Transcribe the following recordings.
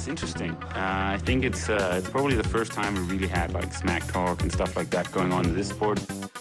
It's interesting. I think it's probably the first time we really had like smack talk and stuff like that going on in this sport.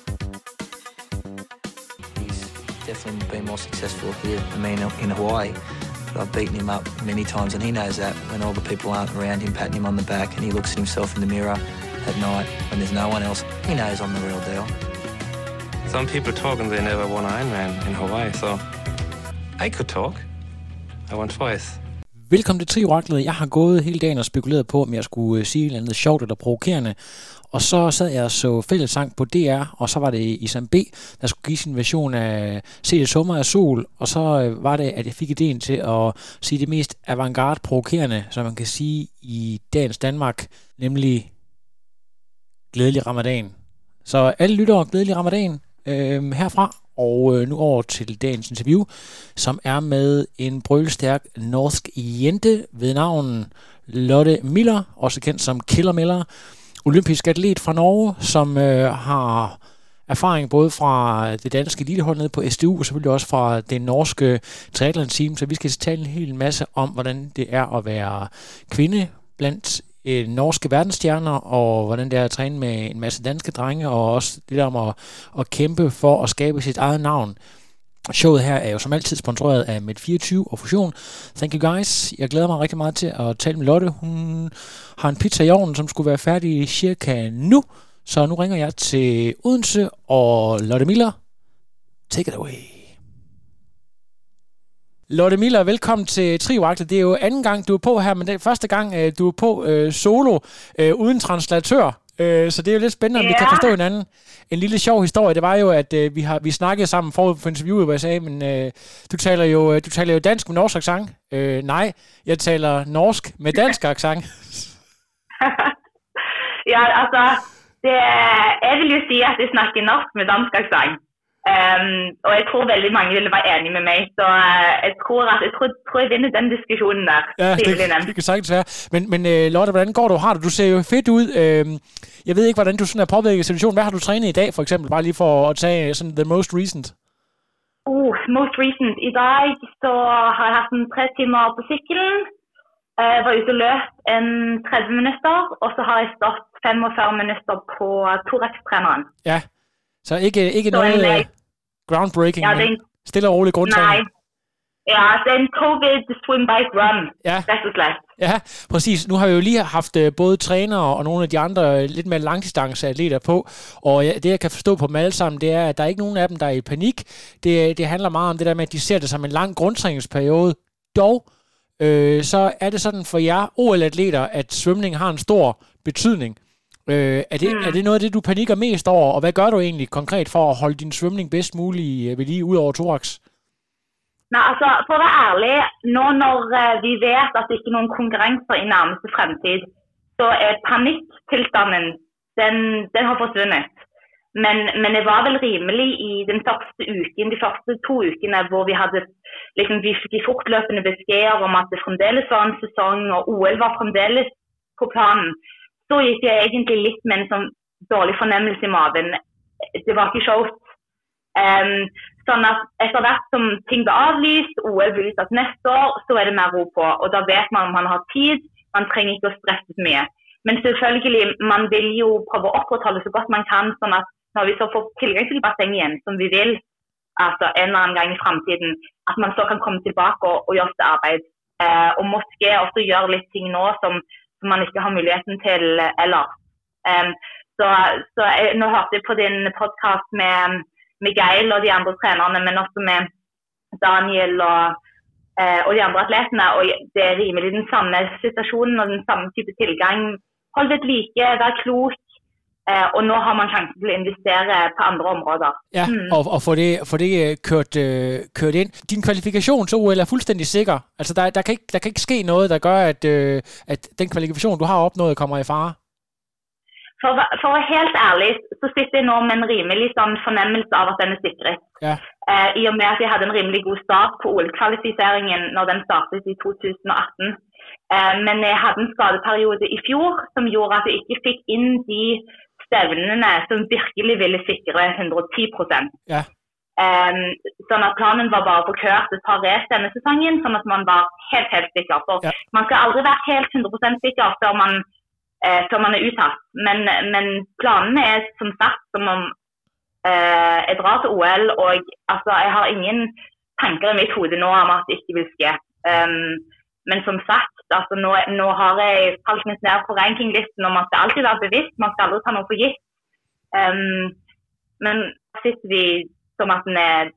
He's definitely been more successful here than me in Hawaii. But I've beaten him up many times, and he knows that when all the people aren't around him patting him on the back and he looks at himself in the mirror at night when there's no one else, he knows I'm the real deal. Some people talk and they never won Ironman in Hawaii, so I could talk. I won twice. Velkommen til Trioraklet. Jeg har gået hele dagen og spekuleret på, om jeg skulle sige noget andet sjovt eller provokerende. Og så sad jeg og så fællessang på DR, og så var det Isam B, der skulle give sin version af Se det sommer af sol. Og så var det, at jeg fik ideen til at sige det mest avantgarde provokerende, som man kan sige i dagens Danmark, nemlig glædelig ramadan. Så alle lyttere, glædelig ramadan herfra. Og nu over til dagens interview, som er med en brølstærk norsk jente ved navn Lotte Miller, også kendt som Killer Miller, olympisk atlet fra Norge, som har erfaring både fra det danske elitehold nede på SDU, og selvfølgelig også fra det norske triathlon-team, så vi skal tale en hel masse om, hvordan det er at være kvinde blandt norske verdensstjerner, og hvordan det er at træne med en masse danske drenge, og også det der om at kæmpe for at skabe sit eget navn. Showet her er jo som altid sponsoreret af Med24 og Fusion. Thank you guys. Jeg glæder mig rigtig meget til at tale med Lotte. Hun har en pizza i ovnen, som skulle være færdig cirka nu. Så nu ringer jeg til Odense, og Lotte Miller, take it away. Lotte Miller, velkommen til Trioraklet. Det er jo anden gang, du er på her, men det er første gang, du er på solo, uden translatør. Så det er jo lidt spændende, om vi kan forstå hinanden. En lille sjov historie, det var jo, at vi snakkede sammen forud for interviewet, hvor jeg sagde, men du taler jo dansk med norsk accent. Nej, jeg taler norsk med dansk accent. Ja, altså, jeg vil jo sige, at jeg snakker norsk med dansk accent. Og jeg tror veldig mange ville være enige med mig, så jeg tror jeg vinder den diskussionen der. Ja, det kan sagtens være. Men Lotte, hvordan går du? Har du ser jo fedt ud. Jeg ved ikke, hvordan du sådan er påvirket situationen. Hvad har du trænet i dag, for eksempel? Bare lige for at tage sådan the most recent. Most recent. I dag så har jeg haft en 3 timer på cyklen. Var ute og løp en 30 minutter, og så har jeg stått 45 minutter på Thorax-træneren. Ja. Så ikke noget groundbreaking, men stille og roligt grundtræning. Nej. Ja, det er en COVID swim bike run, rett og slett. Ja, præcis. Nu har vi jo lige haft både trænere og nogle af de andre lidt mere langdistanceatleter på, og det jeg kan forstå på dem alle sammen, det er, at der er ikke nogen af dem, der er i panik. Det handler meget om det der med, at de ser det som en lang grundtræningsperiode. Dog, så er det sådan for jer OL-atleter, at svømning har en stor betydning. Er det noget af det, du panikker mest over, og hvad gør du egentlig konkret for at holde din svømning bedst muligt ved lige ud over thorax? Nej, altså, for at være ærlig, når vi ved, at det ikke er nogen konkurrencer i nærmeste fremtid, så er paniktilstanden, den har forsvundet. Men det var vel rimelig i den første uken, de første 2 ukene, hvor vi havde, liksom, vi fik fortløbende beskeder om, at det fremdeles var en sæson, og OL var fremdeles på planen. Så gikk jeg egentlig litt med en sånn dårlig fornemmelse i maven. Det var ikke sjovt. Sånn at etter hvert som ting ble avlyst, OL ble utsatt neste år, så er det mer ro på. Og da vet man om man har tid, man trenger ikke å stresse så mye. Men selvfølgelig, man vil jo prøve å opprettholde så godt man kan, sånn at når vi så får tilgang til basseng igjen, som vi vil, altså en eller annen gang i fremtiden, at man så kan komme tilbake og gjøre det arbeid. Og måske også gjøre litt ting nå som man ikke har muligheten til ellers. Så nå hørte jeg på din podcast med Geil og de andre trenerne, men også med Daniel og de andre atletene, og det er rimelig den samme situasjonen og den samme type tilgang. Hold det like, vær klok, og nå har man sjansen til å investere på andre områder. Ja, og få det kørt ind. Din kvalifikation til OL er fuldstændig sikker. Altså, der kan ikke ske noget, der gør, at den kvalifikation, du har opnået, kommer i fare? For å være helt ærlig, så sitter jeg nå med en rimelig sånn fornemmelse av at den er sikret. Ja. I og med at jeg hadde en rimelig god start på OL-kvalifiseringen når den startet i 2018. Men jeg hadde en skadeperiode i fjor som gjorde at jeg ikke fikk inn de stevnene som virkelig ville sikre 110%. Ja. Sånn at planen var bare å få kørt et par race denne sesongen, sånn at man var helt sikker. For man skal aldri være helt 100% sikker før man er uttatt. Men planene er som sagt som om jeg drar til OL, og altså, jeg har ingen tanker i mitt hode nå om at det ikke vil skje. Men som sagt, altså, nå har jeg falt litt ned på rankinglisten, og man skal alltid være bevisst, man skal aldri ta noe for gitt. Men sitter vi som at den er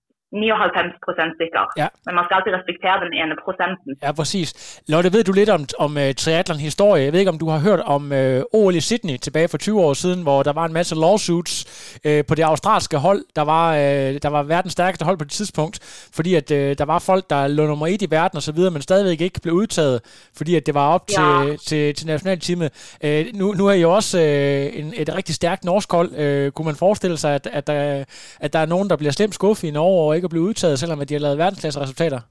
99% sikker. Ja. Men man skal altid respektere den ene procenten. Ja, præcis. Lotte, ved du lidt om triathlon-historie? Jeg ved ikke, om du har hørt om OL i Sydney tilbage for 20 år siden, hvor der var en masse lawsuits på det australske hold. Der var verdens stærkeste hold på det tidspunkt, fordi at der var folk, der lå nummer 1 i verden og så videre, men stadigvæk ikke blev udtaget, fordi at det var op til nationalteamet. Nu er I jo også et rigtig stærkt norsk hold. Kunne man forestille sig, at der er nogen, der bliver slemt skuffet i Norge og ikke at blive udtaget, selvom de har lavet verdensklasse resultater?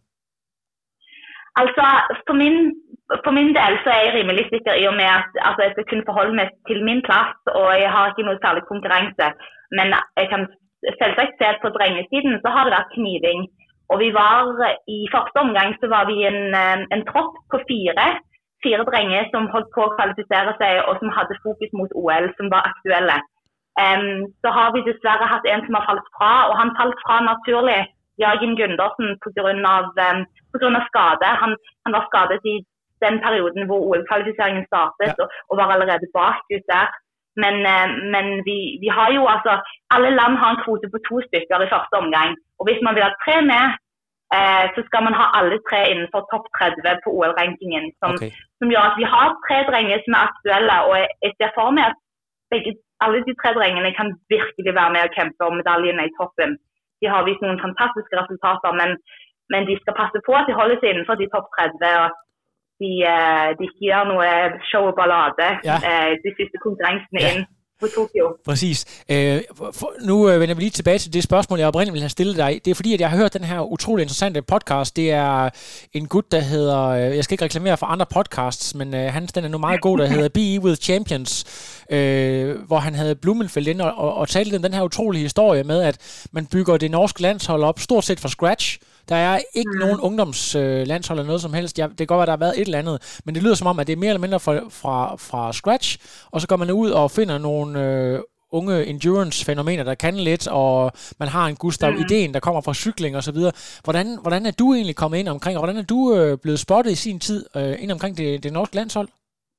Altså, for min del så er jeg rimelig sikker i og med at altså, jeg skal kunne forholde mig til min plads, og jeg har ikke noget særlig konkurrence. Men jeg kan selvsagt se at på drengesiden, så har det været kniving. Og vi var i første omgang, så var vi en tropp på fire drenge, som holdt på at kvalificere sig, og som havde fokus mot OL, som var aktuelle. Så har vi desværre haft en, som har faldet fra, og han faldt fra naturligt, Jørgen Gundersen, på grund af skade. Han var skadet i den perioden, hvor OL-kvalificeringen startet, og var allerede bakut der. Men vi har jo altså, alle land har en kvote på 2 stykker i første omgang, og hvis man vil ha 3 med, så skal man ha alle 3 innenfor topp 30 på OL-rankingen, som gjør at vi har 3 drenge som er aktuelle, og jeg ser for meg at alle de 3 drengene kan virkelig være med og kæmpe om medaljerne i toppen. De har vist nogle fantastiske resultater, men de skal passe på at de holder sig inden for de top 30, og de ikke gør noget show og ballade de sidste konkurrencerne ind på Tokyo. Præcis. Nu vender vi lige tilbage til det spørgsmål, jeg oprindeligt ville have stillet dig. Det er fordi, at jeg har hørt den her utrolig interessante podcast. Det er en gut, der hedder, jeg skal ikke reklamere for andre podcasts, men den er nu meget god, der hedder Be With Champions, hvor han havde Blumenfeldt ind og talte den her utrolige historie med, at man bygger det norske landshold op stort set fra scratch. Der er ikke nogen ungdomslandshold eller noget som helst. Det kan godt være, der har været et eller andet, men det lyder som om, at det er mere eller mindre fra scratch, og så går man ud og finder nogle unge endurance-fænomener, der kan lidt, og man har en Gustav Idén, der kommer fra cykling og så videre. Hvordan er du egentlig kommet ind omkring, og hvordan er du blevet spottet i sin tid ind omkring det norske landshold?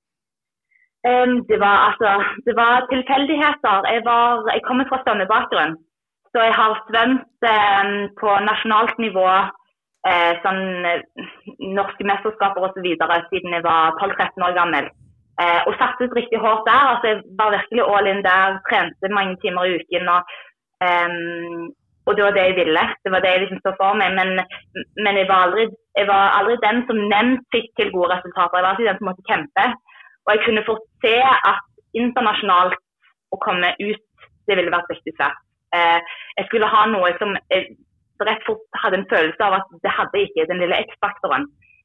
Det var tilfældigheder. Jeg kommer fra svømmebakgrund, så jeg har svømt på nationalt niveau, sådan norske mesterskaber og så videre, siden jeg var 12-13 år gammel. Og satset rigtig hårdt der, altså jeg var virkelig all in der, trente mange timer i uken, og det var det jeg ville. Det var det jeg liksom så for mig, men jeg var aldrig den, som nemt fik til gode resultater. Jeg var altid den, som måtte kæmpe, og jeg kunne få se at internationalt at komme ut, det ville være rigtig svært. Jeg skulle ha noget, som jeg ret fort havde en følelse av at det havde ikke den lille X-faktoren.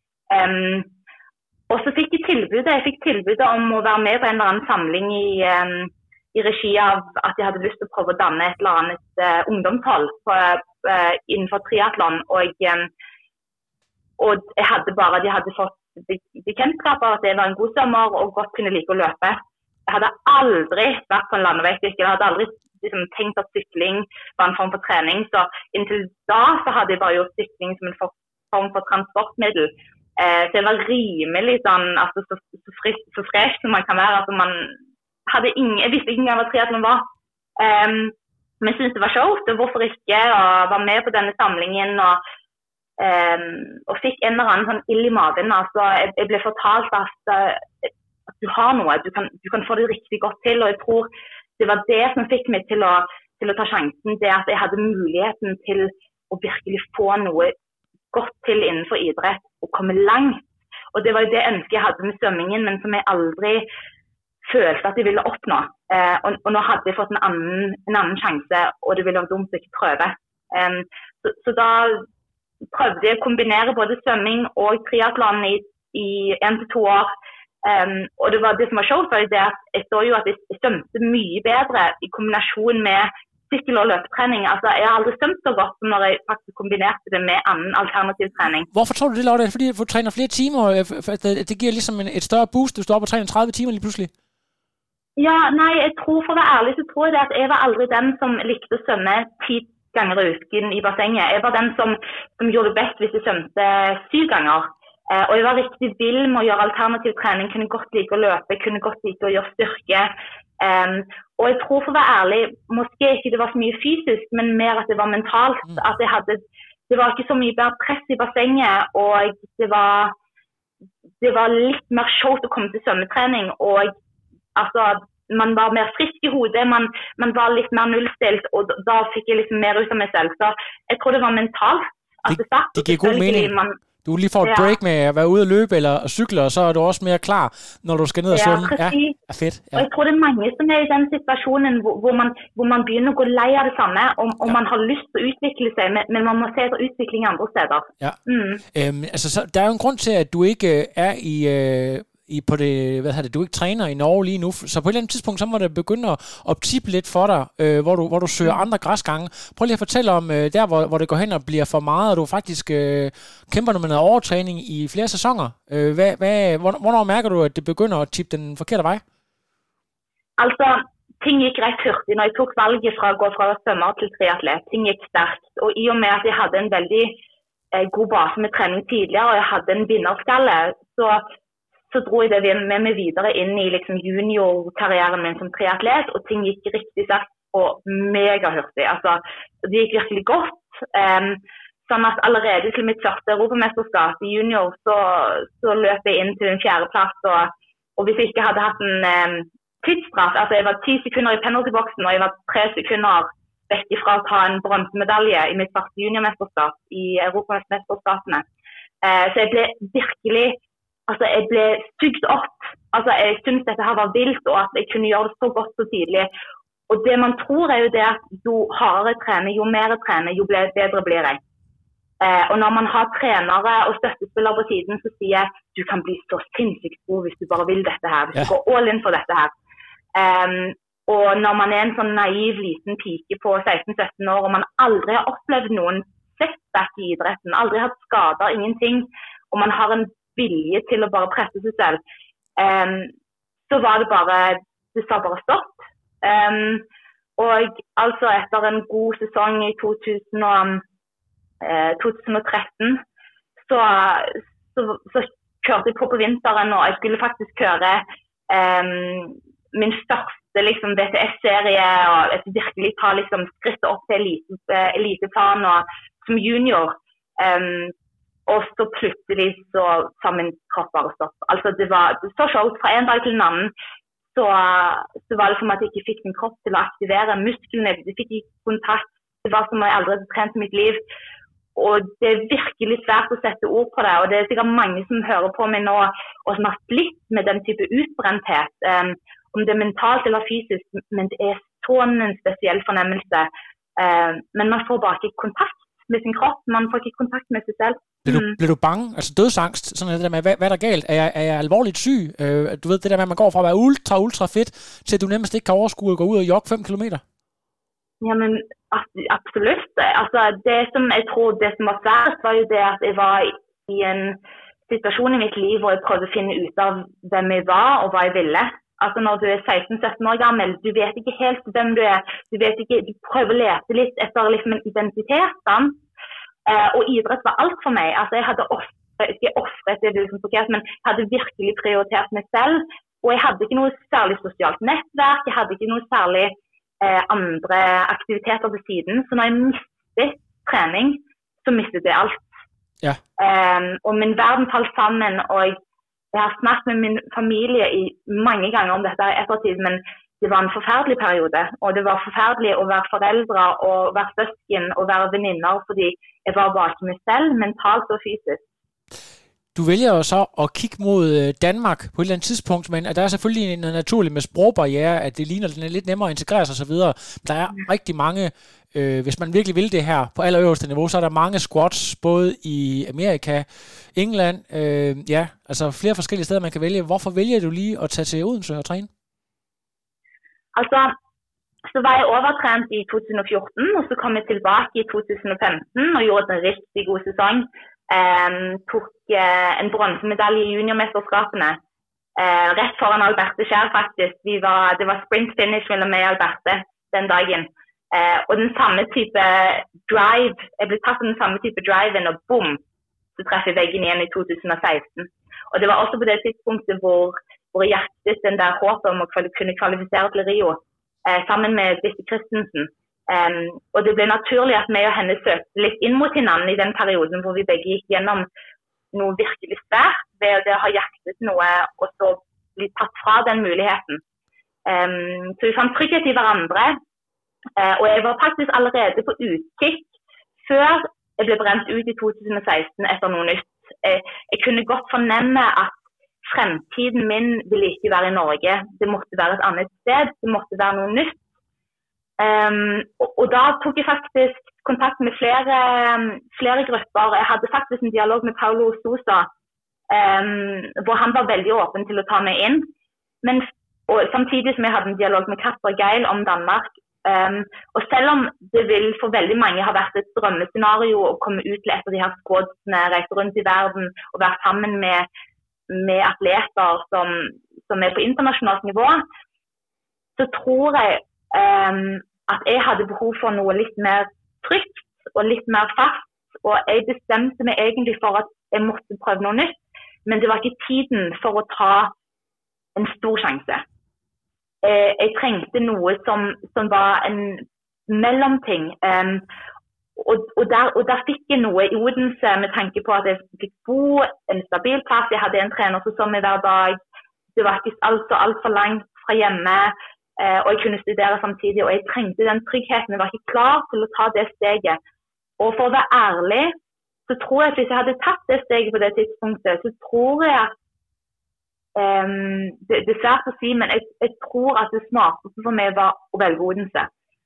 Og så fik jeg fik tilbudet om at være med på en eller anden samling i regi av at jeg havde lyst til at prøve at danne et eller andet ungdomshold innenfor triathlon, og jeg havde fått bekendtskap av at det var en god sommer og godt kunne like at løpe. Jeg havde aldrig været på en landevejsstyrke, jeg havde aldrig tænkt at cykling var en form for træning, så indtil da så havde jeg bare gjort cykling som en form for transportmiddel. Så jeg var rimelig sådan, altså så fresh som man kan være, altså jeg visste ikke engang hvad triathlon var, men jeg synes det var sjovt, og hvorfor ikke, og var med på denne samlingen, og fik en eller anden sådan ild i maven, altså jeg blev fortalt at du har noget, du kan få det rigtig godt til, og jeg tror det var det som fik mig til at tage chancen, det at jeg havde muligheden til at virkelig få noget godt til inden for idræt og komme langt. Og det var jo det ønske jeg havde med svømmingen, men som jeg aldrig følte at jeg ville opnå. Og nu havde jeg fått en anden chance, og det ville være dumt at ikke prøve. Så da prøvede jeg at kombinere både svømming og triathlon i 1 til 2 år. Og det var det som var sjovt, for det at jeg så jo at jeg svømte mye bedre i kombination med sykkel- og løpetrening. Altså, jeg har aldrig svømt så godt, som når jeg faktisk kombinerte det med anden alternativ træning. Hvorfor tror du det, Lotte? Fordi du træner flere timer, det giver ligesom et større boost, hvis du er oppe og træner 30 timer lige pludselig? Ja, nej, jeg tror, for at være ærlig, så tror jeg det, at jeg var aldrig den, som likte at svømme 10 ganger i uken i bassenget. Jeg var den, som gjorde det bedst, hvis jeg svømte 7 ganger. Og jeg var rigtig vild med at gøre alternativ træning, kunne godt lide at løbe, kunne godt lide at gøre styrke. Og jeg tror, for at være ærlig, måske ikke det var så mye fysisk, men mere at det var mentalt. At det var ikke så mye bare press i bassenget, og det var lidt mere sjovt at komme til svømmetræning, og altså, man var mere frisk i hovedet, man var lidt mere nullstilt, og da fik jeg liksom mer ut av mig selv. Så jeg tror det var mentalt. Det giver god mening. Du lige får et break med at være ude at løbe eller at cykle, og så er du også mere klar, når du skal ned og svømme. Ja, fedt. Ja. Og jeg tror det er mange som er i den situationen, hvor man begynder at gå lei av det samme, og man har lyst til at udvikle sig, men man må se etter udvikling andre steder. Ja. Altså, så, der er jo en grund til, at du ikke er på det, du ikke træner i Norge lige nu, så på et eller andet tidspunkt, så må det begynde at tippe lidt for dig, hvor du søger andre græsgange. Prøv lige at fortælle om der, hvor det går hen og bliver for meget, og du faktisk kæmper med noget overtræning i flere sæsoner. Hvornår mærker du, at det begynder at tippe den forkerte vej? Altså, ting gik ret hurtigt, når jeg tog valget fra at gå fra svømmer til triatlet. Ting gik stærkt, og i og med at jeg havde en veldig god base med træning tidligere, og jeg havde en vinnerskalle, så drog jeg det med mig videre ind i liksom juniorkarrieren min som triatlet, og ting gik rigtig sagt og mega hurtigt. Altså, det gik virkelig godt. Sånn at allerede til mitt første europamesterskap i junior, så løp jeg ind til en 4. plads, og hvis jeg ikke havde haft en tidsstraff, altså jeg var 10 sekunder i penaltyboksen, og jeg var 3 sekunder væk fra at ta en bronsemedalje i mitt første juniormesterskap i europamesterskapene. Så jeg blev virkelig altså, jeg blev sugd op. Altså, jeg synes dette her var vildt, og at jeg kunne gjøre det så godt så tidligt. Og det man tror er jo det at jo hardere træner, jo mer træner, jo bedre blir jeg. Og når man har trænere og støttespillere på siden, så siger jeg, du kan blive så sindssygt god, hvis du bare vil dette her, hvis du går all in for dette her. Og når man er en sånn naiv liten pike på 16-17 år, og man aldrig har oplevet nogen setback i idretten, aldrig har skader, ingenting, og man har en vilje til at bare presse sig selv, så var det bare, det sa bare stopp. Og altså efter en god sæson i 2013, så kørte jeg på vinteren, og jeg skulle faktisk køre min første liksom, VTS-serie, og virkelig ta liksom, skrittet op til eliteplan og som junior. Og så pludselig så sa min kropp bare stopp. Altså det var så sjovt fra en dag til en anden, så var det som at jeg ikke fikk min kropp til å aktivere musklene, jeg fikk ikke kontakt, det var som at jeg aldri hadde trent mitt liv. Og det er virkelig svært å sette ord på det, og det er sikkert mange som hører på meg nå, og som har slitt med den type utbrenthet, om det er mentalt eller fysisk, men det er sånn en spesiell fornemmelse. Men man får bare ikke kontakt med sin kropp, man får ikke kontakt med sig selv. Bliver du bange? Altså dødsangst, sådan det der med, hvad er der galt? Er jeg alvorligt syg? Du ved, det der med, at man går fra at være ultra fedt, til at du nærmest ikke kan overskue at gå ud og jogge 5 kilometer? Jamen, absolut. Altså, det som jeg tror, det som var sværest, var jo det, at jeg var i en situation i mitt liv, hvor jeg prøvde at finde ut av hvem jeg var, og hvad jeg ville. Altså, når du er 16-17 år gammel, du vet ikke helt hvem du er, du vet ikke, du prøver at lete lidt efter liksom en identitet, sant? Og idræt var alt for mig. Altså, jeg havde ikke offret det liksom forkert, men jeg havde virkelig prioriteret mig selv, og jeg havde ikke noget særligt socialt netværk, jeg havde ikke noget særligt andre aktiviteter på siden, så når jeg mistet træning, så mistede jeg alt. Ja. Og min verden faldt sammen, og jeg har snakket med min familie i mange gange om dette i ettertid, men det var en forfærdelig periode, og det var forfærdeligt at være forældre, og være søsken, og være veninder, fordi jeg var bare ikke mig selv, mentalt og fysisk. Du vælger jo så at kigge mod Danmark på et eller andet tidspunkt, men der er selvfølgelig noget naturligt med sprogbarriere, at det ligner, at den er lidt nemmere at integrere sig og så videre. Der er rigtig mange, hvis man virkelig vil det her på allerøverste niveau, så er der mange squats, både i Amerika, England, altså flere forskellige steder, man kan vælge. Hvorfor vælger du lige at tage til Odense og træne? Altså, så var jeg overtrent i 2014, og så kom jeg tilbake i 2015 og gjorde en riktig god sesong. Tok en bronsemedalje i juniormesterskapene, rett foran Alberte Kjær faktisk. Det var sprint finish mellom meg og Alberte den dagen. Og den samme type drive, jeg ble tatt av den samme type driven, og boom, så treffer jeg veggen igjen i 2016. Og det var også på det tidspunktet hvor jeg hjertet den der håpet om å kunne kvalifisere til Rio, sammen med Bisse Christensen. Og det ble naturlig at meg og henne søkte litt inn mot hinanden i den perioden hvor vi begge gikk gjennom noe virkelig svært ved å ha hjertet noe og så bli tatt fra den muligheten. Så vi fant trygghet i hverandre, og jeg var faktisk allerede på utkikk før jeg ble brent ut i 2016 etter noe nytt. Jeg kunne godt fornemme at fremtiden min ville ikke være i Norge. Det måtte være et annet sted, det måtte være noe nytt. Og da tok jeg faktisk kontakt med flere grupper. Jeg hadde faktisk en dialog med Paulo Sousa, hvor han var veldig åpen til å ta meg inn. Og samtidig som jeg hadde en dialog med Kasper Geil om Danmark. Og selv om det vil for veldig mange ha vært et drømmescenario å komme ut til et av de her squadsene, reise rundt i verden og være sammen med atleter som på internasjonalt nivå, så tror jeg at jeg hadde behov for noe litt mer trygt og litt mer fast, og jeg bestemte meg egentlig for at jeg måtte prøve noe nytt, men det var ikke tiden for å ta en stor sjanse. Jeg trengte noe som var en mellomting, og der fikk jeg noe i Odense med tanke på at jeg fikk bo en stabil plass. Jeg hadde en trener som så meg hver dag. Det var ikke alt for langt fra hjemme, og jeg kunne studere samtidig, og jeg trengte den tryggheten. Jeg var ikke klar til å ta det steget. Og for å være ærlig, så tror jeg at hvis jeg hadde tatt det steget på det tidspunktet, så tror jeg at det er svært å si, men jeg tror at det smarteste for meg var å velge Odense.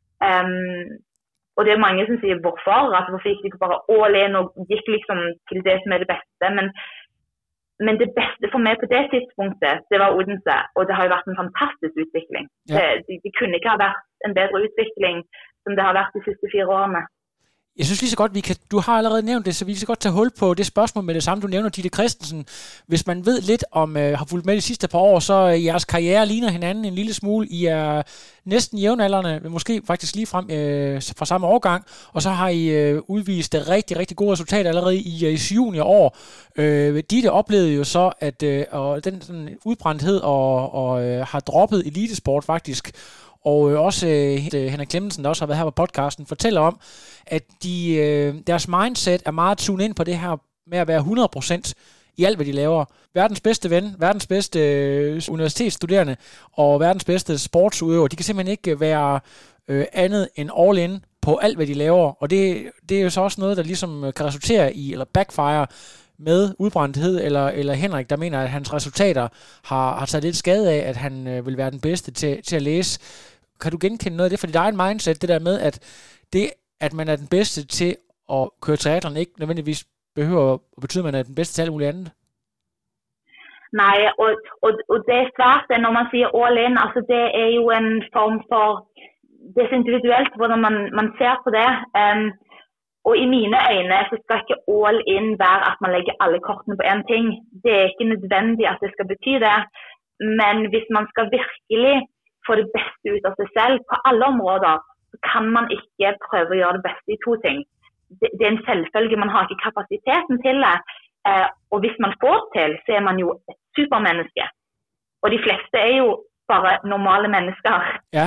Og det er mange som sier hvorfor gikk de ikke bare all in og gikk liksom til det som er det beste, men det beste for meg på det tidspunktet, det var Odense, og det har jo vært en fantastisk utvikling. Ja. Det kunne ikke ha vært en bedre utvikling som det har vært de siste 4 årene. Jeg synes lige så godt, du har allerede nævnt det, så vi kan så godt tage hul på det spørgsmål med det samme. Du nævner Ditte Christensen. Hvis man ved lidt om, har fulgt med de sidste par år, så jeres karriere ligner hinanden en lille smule. I er næsten jævnaldrende, måske faktisk lige frem fra samme årgang, og så har I udvist rigtig, rigtig gode resultater allerede i juniorår. Ditte oplevede jo så, at den sådan udbrændthed og har droppet elitesport faktisk. Og også Henrik Clemmensen, der også har været her på podcasten, fortæller om, at deres mindset er meget tunet ind på det her med at være 100% i alt, hvad de laver. Verdens bedste ven, verdens bedste universitetsstuderende og verdens bedste sportsudøver, de kan simpelthen ikke være andet end all in på alt, hvad de laver. Og det er jo så også noget, der ligesom kan resultere i, eller backfire med udbrændthed, eller Henrik, der mener, at hans resultater har taget lidt skade af, at han vil være den bedste til at læse. Kan du genkende noget af det? Fordi der er en mindset, det der med, at det, at man er den bedste til at køre triathlon, ikke nødvendigvis behøver at betyde, at man er den bedste til alt muligt andet. Nej, og det er svært, når man siger all in, altså det er jo en form for, det er individuelt, hvordan man ser på det. Og i mine øjne så skal ikke all in være at man lægger alle kortene på en ting. Det er ikke nødvendigt at det skal betyde det. Men hvis man skal virkelig få det bedste ut av sig selv på alle områder, så kan man ikke prøve at gøre det bedste i 2 ting. Det er en selvfølge, man har ikke kapaciteten til det. Og hvis man får til, så er man jo et supermenneske. Og de fleste er jo bare normale mennesker. Ja.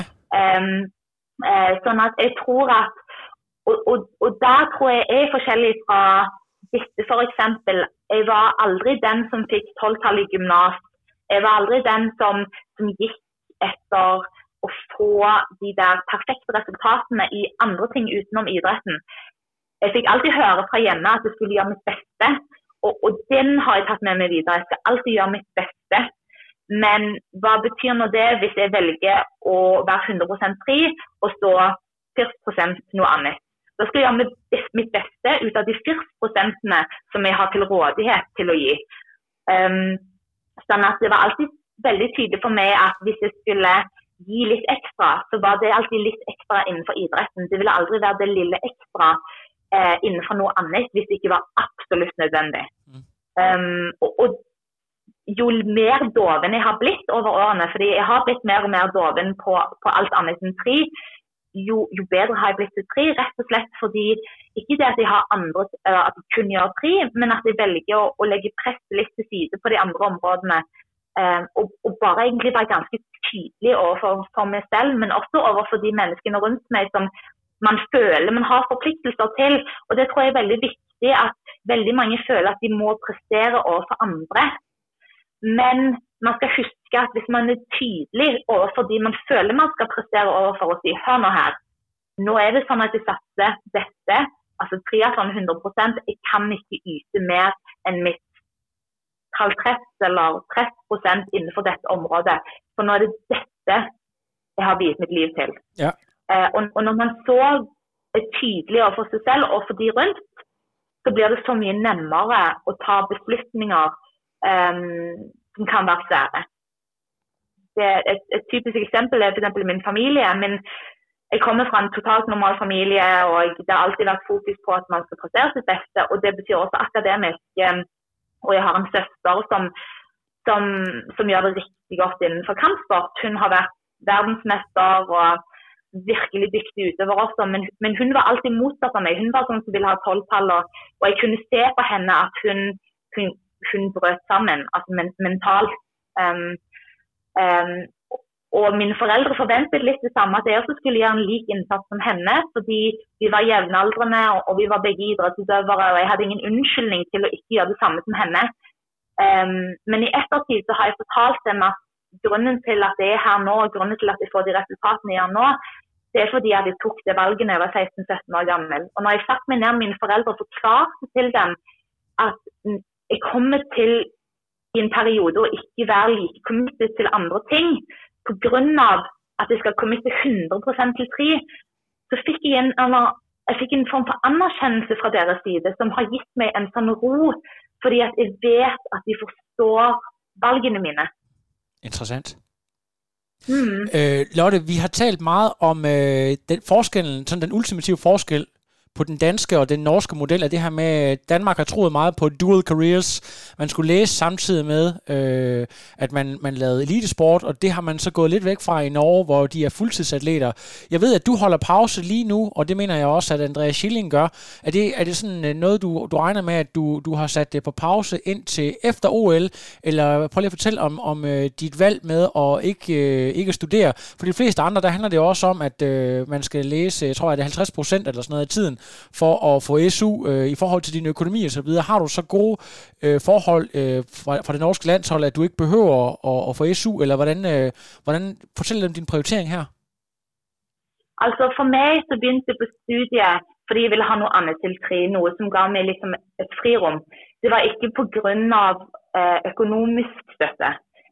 Sånn at jeg tror at Og der tror jeg er forskjellig fra dette. For eksempel, jeg var aldri den som fikk 12-tall i gymnas. Jeg var aldri den som gikk etter å få de der perfekte resultatene i andre ting utenom idretten. Jeg fikk alltid høre fra hjemme at jeg skulle gjøre mitt beste, og den har jeg tatt med meg videre. Jeg skal alltid gjøre mitt beste. Men hva betyr nå det hvis jeg velger å være 100% fri og stå 40% noe annet? Da skal jeg gjøre mitt beste ut av de 40% som jeg har til rådighet til å gi. Sånn at det var alltid veldig tydelig for meg at hvis jeg skulle gi litt ekstra, så var det alltid litt ekstra innenfor idretten. Det ville aldri være det lille ekstra innenfor noe annet hvis det ikke var absolutt nødvendig. Og jo mer doven jeg har blitt over årene, fordi jeg har blitt mer og mer doven på alt annet enn tri, jo bedre har jeg blitt til tri, rett og slett fordi ikke det at jeg har andre, at jeg kun gjør tri, men at jeg velger å legge presset litt til side på de andre områdene, og bare egentlig være ganske tydelig overfor meg selv, men også overfor de menneskene rundt meg som man føler man har forpliktelser til, og det tror jeg er veldig viktig at veldig mange føler at de må prestere overfor andre. Men man skal huske at hvis man er tydelig overfor de man føler man skal prestere overfor og si, hør nå her, nå er det sånn at jeg satser dette, altså triathlon 100%, jeg kan ikke yte mer enn mitt 30 eller 30% innenfor dette området, for nå er det dette jeg har viet mitt liv til. Ja. Og når man så er tydelig overfor seg selv og for de rundt, så blir det så mye nemmere å ta beslutninger som kan være svære. Et typisk eksempel er for eksempel min familie, men jeg kommer fra en totalt normal familie, og det har alltid vært fokus på at man skal prestere sitt beste, og det betyr også akademisk, og jeg har en søster som gjør det riktig godt innenfor kampsport. Hun har vært verdensmester og virkelig dyktig utøver også, men hun var alltid motsatt av meg. Hun var sånn som ville ha 12-paller, og jeg kunne se på henne at hun brøt sammen, altså mentalt. Og mine foreldre forventet litt det samme, at jeg også skulle gjøre en lik innsats som henne, fordi vi var jevnaldrende, og vi var begge idrettsutøvere, og jeg hadde ingen unnskyldning til å ikke gjøre det samme som henne. Men i ettertid så har jeg fortalt dem at grunnen til at jeg er her nå, og grunnen til at jeg får de resultatene jeg gjør nå, det er fordi at jeg tok det valget når jeg var 16-17 år gammel. Og når jeg satt meg ned med mine foreldre og forklarte til dem at jeg kommer til i en periode å ikke være like committed til andre ting, på grunn av at jeg skal committe 100% til tri, så fikk jeg en form for anerkjennelse fra deres side, som har gitt meg en sånn ro, fordi at jeg vet at de forstår valgene mine. Interessant. Lotte, vi har talt meget om den forskellen, sådan den ultimative forskel på den danske og den norske model af det her med, Danmark har troet meget på dual careers. Man skulle læse samtidig med, at man lavede elitesport, og det har man så gået lidt væk fra i Norge, hvor de er fuldtidsatleter. Jeg ved, at du holder pause lige nu, og det mener jeg også, at Andreas Schilling gør. Er det sådan noget, du regner med, at du har sat det på pause indtil efter OL, eller prøv lige at fortælle om dit valg med at ikke studere. For de fleste andre, der handler det også om, at man skal læse, jeg tror, at det er 50% eller sådan noget af tiden, for at få SU i forhold til din økonomi og så videre. Har du så gode forhold fra det norske landshold, at du ikke behøver at få SU, eller hvordan fortæller dem din prioritering her? Altså for mig så begyndte jeg på studiet, fordi jeg ville have noget andet til tri, noget som gav mig liksom et frirum. Det var ikke på grund af økonomisk støtte.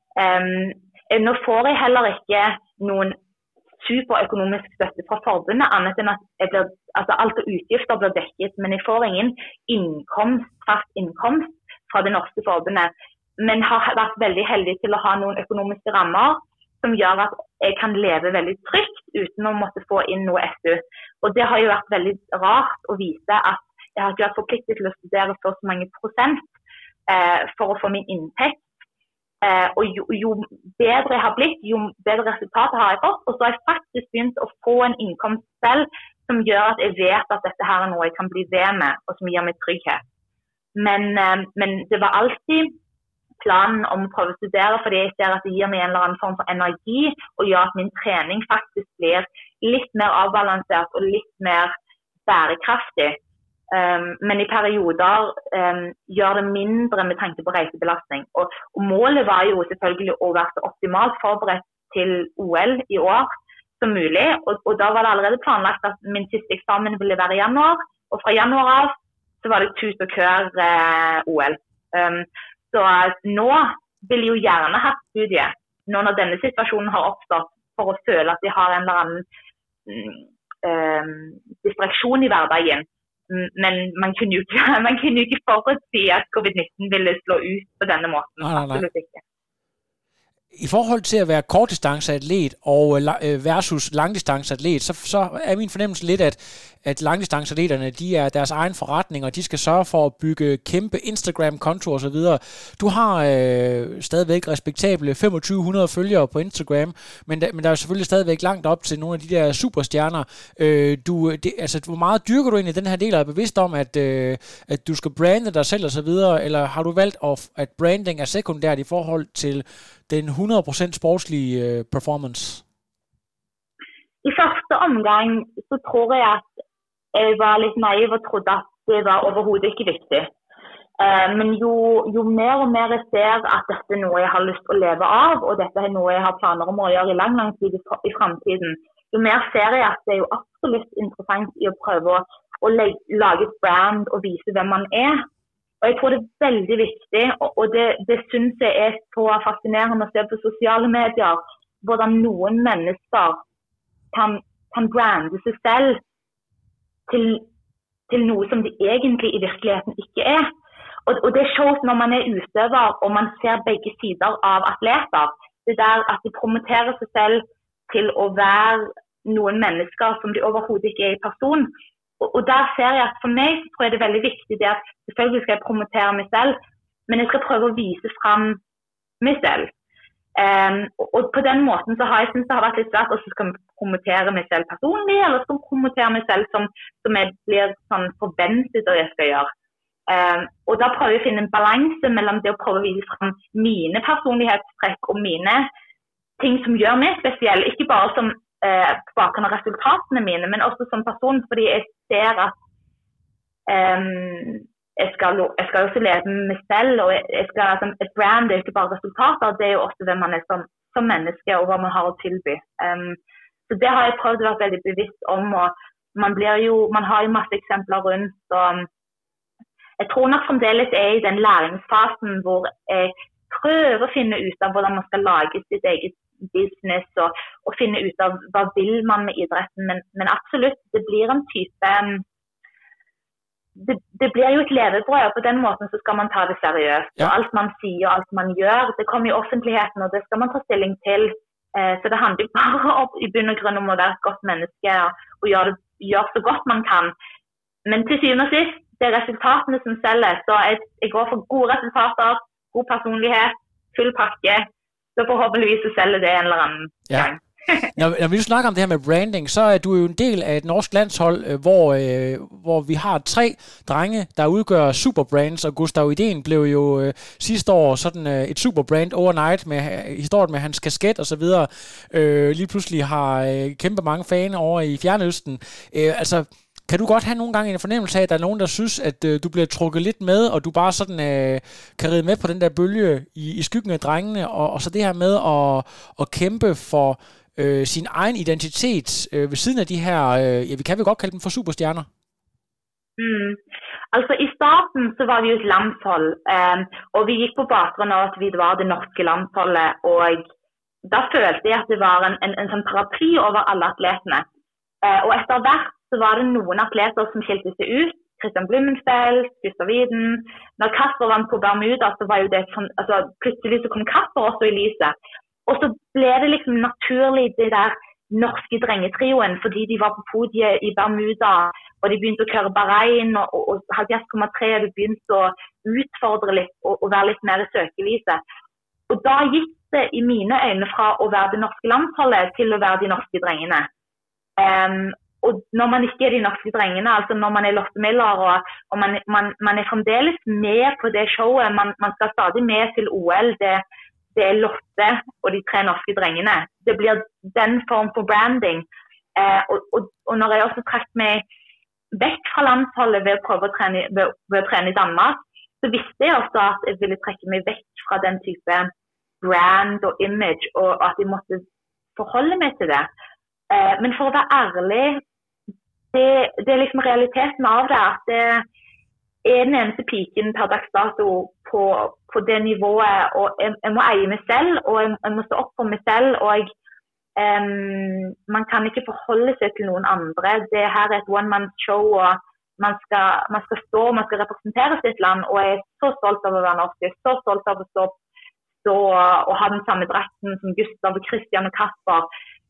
Nu får jeg heller ikke nogen superøkonomisk støtte fra forbundet, andet end at alt og utgifter blir dekket, men jeg får ingen fast indkomst fra det norske forbundet, men har vært veldig heldig til å ha noen økonomiske rammer som gjør at jeg kan leve veldig trygt uten å måtte få inn noe SU. Og det har jo vært veldig rart å vise at jeg har ikke vært forpliktet til å studere for så mange prosent for å få min inntekt. Og jo bedre jeg har blitt, jo bedre resultater har jeg fått, og så har jeg faktisk begynt å få en innkomst selv som gjør at jeg vet at dette her er noe jeg kan bli ved med, og som gir meg trygghet. Men det var alltid planen om å prøve å studere, fordi jeg ser at det gir meg en eller annen form for energi, og gjør at min trening faktisk blir litt mer avbalansert og litt mer bærekraftig. Men i perioder gjør det mindre med tanke på reisebelastning. Og målet var jo selvfølgelig å være så optimalt forberedt til OL i år som mulig. Og da var det allerede planlagt at min siste eksamen ville være i januar. Og fra januar av så var det tut og kør OL. Så nå vil jeg jo gjerne ha studiet, nå når denne situasjonen har oppstått, for å føle at de har en eller annen distraksjon i hverdagen. Men man kunne jo ikke forutsi at covid-19 ville slå ut på denne måten. Nej. Absolutt ikke. I forhold til at være kortdistanceatlet og versus langdistanceatlet, så er min fornemmelse lidt, at langdistanceatleterne, de er deres egen forretning, og de skal sørge for at bygge kæmpe Instagram-konto og så videre. Du har stadigvæk respektable 2500 følgere på Instagram, men der er selvfølgelig stadigvæk langt op til nogle af de der superstjerner. Hvor meget dyrker du egentlig den her del, og er bevidst om, at du skal brande dig selv og så videre, eller har du valgt, at branding er sekundært i forhold til den 100% sportslige performance? I første omgang så tror jeg, at jeg var lidt naiv og trodde, at det var overhovedet ikke vigtigt. Men jo mer og mer jeg ser, at dette er noget, jeg har lyst til at leve av, og dette er noget, jeg har planer om at gøre i lang tid i fremtiden, jo mer ser jeg, at det er jo absolut interessant i at prøve at lage et brand og vise, hvem man er. Og jeg tror det er veldig viktig, og det synes jeg er så fascinerende at se på sociale medier, hvordan nogle mennesker kan brande sig selv til noget, som de egentlig i virkeligheden ikke er. Og det er sjovt, når man er utøver, og man ser begge sider av atleter. Det der at de promoterer sig selv til at være nogle mennesker, som de overhovedet ikke er i person. Og der ser jeg, at for mig så tror jeg det er veldig vigtigt, at selvfølgelig skal jeg promotere mig selv, men jeg skal prøve at vise frem mig selv. Og på den måten så har jeg synes det har været lidt svært, at så skal jeg promotere mig selv personligt, eller skal jeg promotere mig selv, som jeg bliver sådan forventet, at jeg skal gøre. Og der prøver jeg at finde en balance mellem det at prøve at vise frem mine personlighedstræk og mine ting, som gør mig speciel, ikke bare som på bakgrund af resultatene mine, men også som person, fordi jeg ser at jeg skal også leve med selv, og jeg skal, altså, et brand er ikke bare resultater, det er jo også hvem man er som menneske, og hvad man har at tilby. Så det har jeg prøvet at være veldig bevidst om, og man har jo masse eksempler rundt, og jeg tror nok fremdeles er i den læringsfasen, hvor jeg prøver at finde ud af, hvordan man skal lage sitt eget business, og finde ud af, hvad vil man med idrætten, men absolut, det bliver en type, det bliver jo et levebrød, og på den måten så skal man ta det seriøst, og alt man siger, og alt man gør, det kommer i offentligheden, og det skal man ta stilling til, så det handler jo bare i bund og grund om at være et godt menneske, og gøre så godt man kan, men til syvende og sidst, det er resultatene som sælger, så jeg går for gode resultater, god personlighed, full pakke, så forhåbentligvis så sælger det en eller anden gang. Når vi nu snakker om det her med branding, så er du jo en del af et norsk landshold, hvor vi har 3 drenge, der udgør superbrands, og Gustav Idén blev jo sidste år sådan et superbrand overnight med historien med hans kasket og så videre. Lige pludselig har kæmpe mange fan over i Fjernøsten. Kan du godt have nogle gange en fornemmelse af, at der er nogen, der synes, at du bliver trukket lidt med, og du bare sådan kan ride med på den der bølge i skyggen af drengene, og så det her med at kæmpe for sin egen identitet ved siden af de her, vi kan vel godt kalde dem for superstjerner? Altså i starten så var vi jo et landshold, og vi gik på bakgrund af, at vi var det norske landsholdet, og der følte jeg, at det var en sånn paraply over alle atletene. Og etter hvert så var det noen atleter som skilte seg ut. Christian Blumenfeld, Gustav Idén. Når Kasper vant på Bermuda, så var jo det plutselig så kom Kasper også i lyset. Og så ble det liksom naturlig det der norske drengetrioen, fordi de var på podiet i Bermuda, og de begynte å køre Bahrain, og 70,3 hadde begynt å utfordre litt, og være litt mer i søkelyset. Og da gikk det i mine øyne fra å være det norske landsholdet til å være de norske drengene. Og når man ikke er de norske drengene, altså når man er Lotte Miller, og man er fremdeles med på det showet, man skal stadig med til OL, det er Lotte og de 3 norske drengene. Det blir den form for branding. Og når jeg også trakk meg vekk fra landsholdet ved å prøve å trene i Danmark, så visste jeg også at jeg ville trekke meg vekk fra den type brand og image, og at jeg måtte forholde meg til det. Men for å være ærlig, det er liksom realiteten av det, at det er den eneste piken per dags dato på det nivået, og jeg må eie meg selv, og jeg må stå opp for meg selv, og man kan ikke forholde seg til noen andre. Det her er et one-man-show, og man skal stå, man skal representere sitt land, og jeg er så stolt av å være norsk, jeg er så stolt av å stå og ha den samme drakten som Gustav, Christian og Kasper.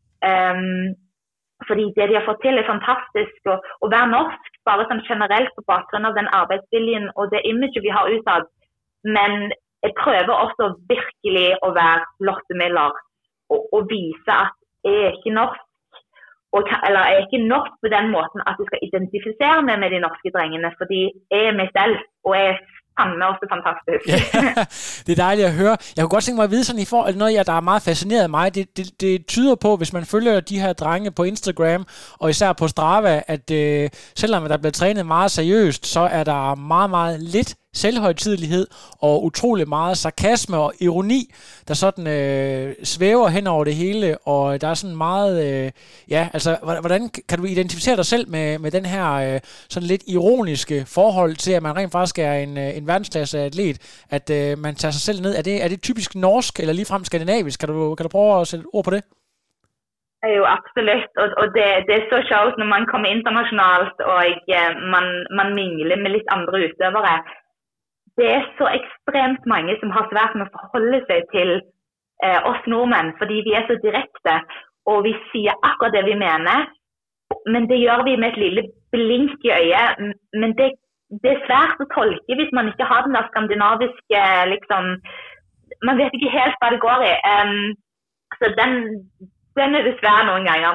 Fordi det de har fått til fantastisk, og å være norsk bare sånn generelt på bakgrunn av den arbeidsviljen og det imaget vi har utad. Men jeg prøver også virkelig å være Lotte Miller og vise at jeg ikke norsk, eller jeg ikke norsk på den måten at jeg skal identifisere meg med de norske drengene, fordi jeg meg selv, og jeg fandme også fantastisk. Ja, det er dejligt at høre. Jeg kunne godt tænke mig at vide sådan i forhold noget, der er meget fascineret af mig. Det tyder på, hvis man følger de her drenge på Instagram, og især på Strava, at selvom der bliver trænet meget seriøst, så er der meget, meget lidt selvhøjtidelighed og utrolig meget sarkasme og ironi, der sådan svæver hen over det hele, og der er sådan meget, altså hvordan kan du identificere dig selv med den her sådan lidt ironiske forhold til, at man rent faktisk er en verdensklasse atlet, at man tager sig selv ned. Er det typisk norsk eller ligefrem skandinavisk? Kan du prøve at sætte et ord på det? Jo, absolutt. Og det er så sjovt når man kommer internasjonalt og man mingler med litt andre utøvere. Det er så ekstremt mange som har svært med å forholde seg til oss nordmenn, fordi vi er så direkte, og vi sier akkurat det vi mener, men det gjør vi med et lille blink i øyet, men det er svært å tolke hvis man ikke har den der skandinaviske, liksom, man vet ikke helt hva det går i. Så den er det svær noen ganger,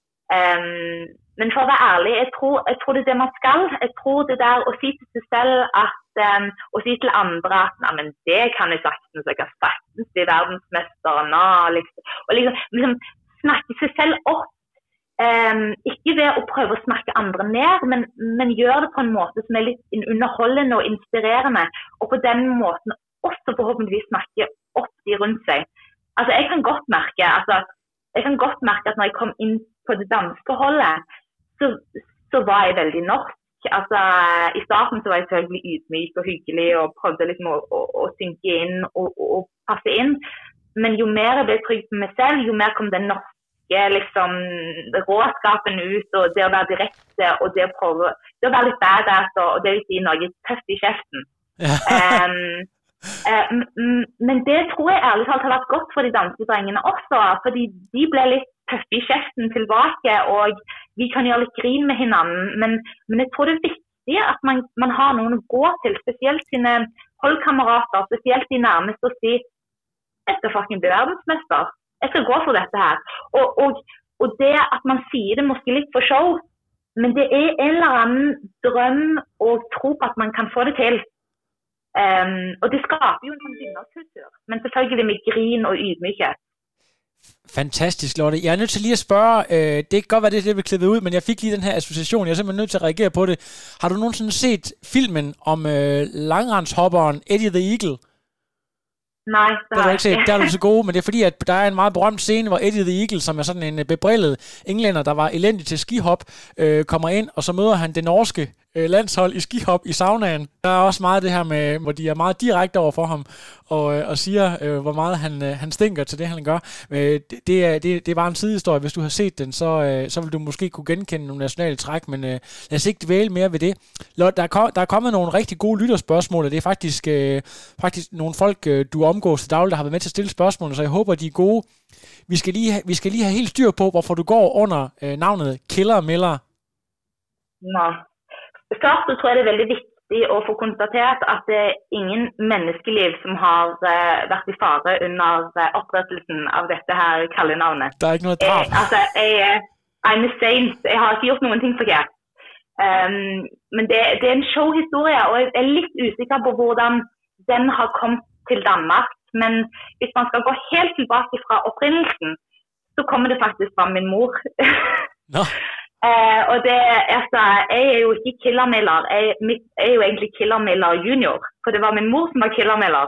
men for å være ærlig, jeg tror det er det man skal. Jeg tror det der å si til seg selv og si til andre at nei, men det kan jeg saktens, jeg kan saktens bli verdensmester, og liksom snakke seg selv opp. Ikke ved å prøve å snakke andre ned, men gjøre det på en måte som er litt underholdende og inspirerende, og på den måten også forhåpentligvis snakke opp de rundt seg. Altså, jeg kan godt merke at når jeg kom inn på det danske holdet, så var jeg veldig norsk. Altså, i starten så var jeg selvfølgelig ydmyk og hyggelig og prøvde liksom å synke inn og passe inn. Men jo mer jeg ble trygg på meg selv, jo mer kom den norske liksom, råskapen ut, og det å være direkte, og det å prøve, det å være litt badass, og det vil si noe tøft i kjeften. Men det tror jeg ærlig talt har vært godt for de danske drengene også, fordi de ble litt tøffe i kjeften tilbake, og vi kan gjøre litt grin med hinanden, men jeg tror det er viktig at man har noen å gå til, spesielt sine holdkamerater, spesielt de nærmeste, og si, jeg skal fucking bli verdensmester, jeg skal gå for dette her, og det at man sier det måske litt for show, men det er en eller annen drøm og tro på at man kan få det til. Og det skaber jo en sånn vinnerkultur, men selvfølgelig med grin og ydmykhet. Fantastisk, Lotte. Jeg er nødt til lige at spørge, det kan godt være, det bliver klippet ud, men jeg fik lige den her association. Jeg er simpelthen nødt til at reagere på det. Har du nogensinde set filmen om langrenshopperen Eddie the Eagle? Nej, det har jeg ikke set. Der er du så gode, men det er fordi, at der er en meget berømt scene, hvor Eddie the Eagle, som er sådan en bebrillet englænder, der var elendig til skihop, kommer ind, og så møder han det norske landshold i skihop i saunaen. Der er også meget det her med, hvor de er meget direkte over for ham, og siger, hvor meget han stinker til det, han gør. Det er bare en sidehistorie. Hvis du har set den, så vil du måske kunne genkende nogle nationale træk, men lad os ikke dvæle mere ved det. Der er kommet nogle rigtig gode lytterspørgsmål, og det er faktisk nogle folk, du omgås til daglig, der har været med til at stille spørgsmål, så jeg håber, de er gode. Vi skal lige have helt styr på, hvorfor du går under navnet Killer Miller. Nå. Først så tror jeg det er veldig viktig å få konstatert at det er ingen menneskeliv som har vært i fare under opprettelsen av dette her kallenavnet. Det er ikke noe drap. I'm a saint. Jeg har ikke gjort noen ting forkert. Men det er en showhistorie, og jeg er litt usikker på hvordan den har kommet til Danmark. Men hvis man skal gå helt tilbake fra opprinnelsen, så kommer det faktisk fra min mor. Nå. Og det, altså, jeg er jo ikke Killer Miller, jeg er jo egentlig Killer Miller junior, for det var min mor som var Killer Miller.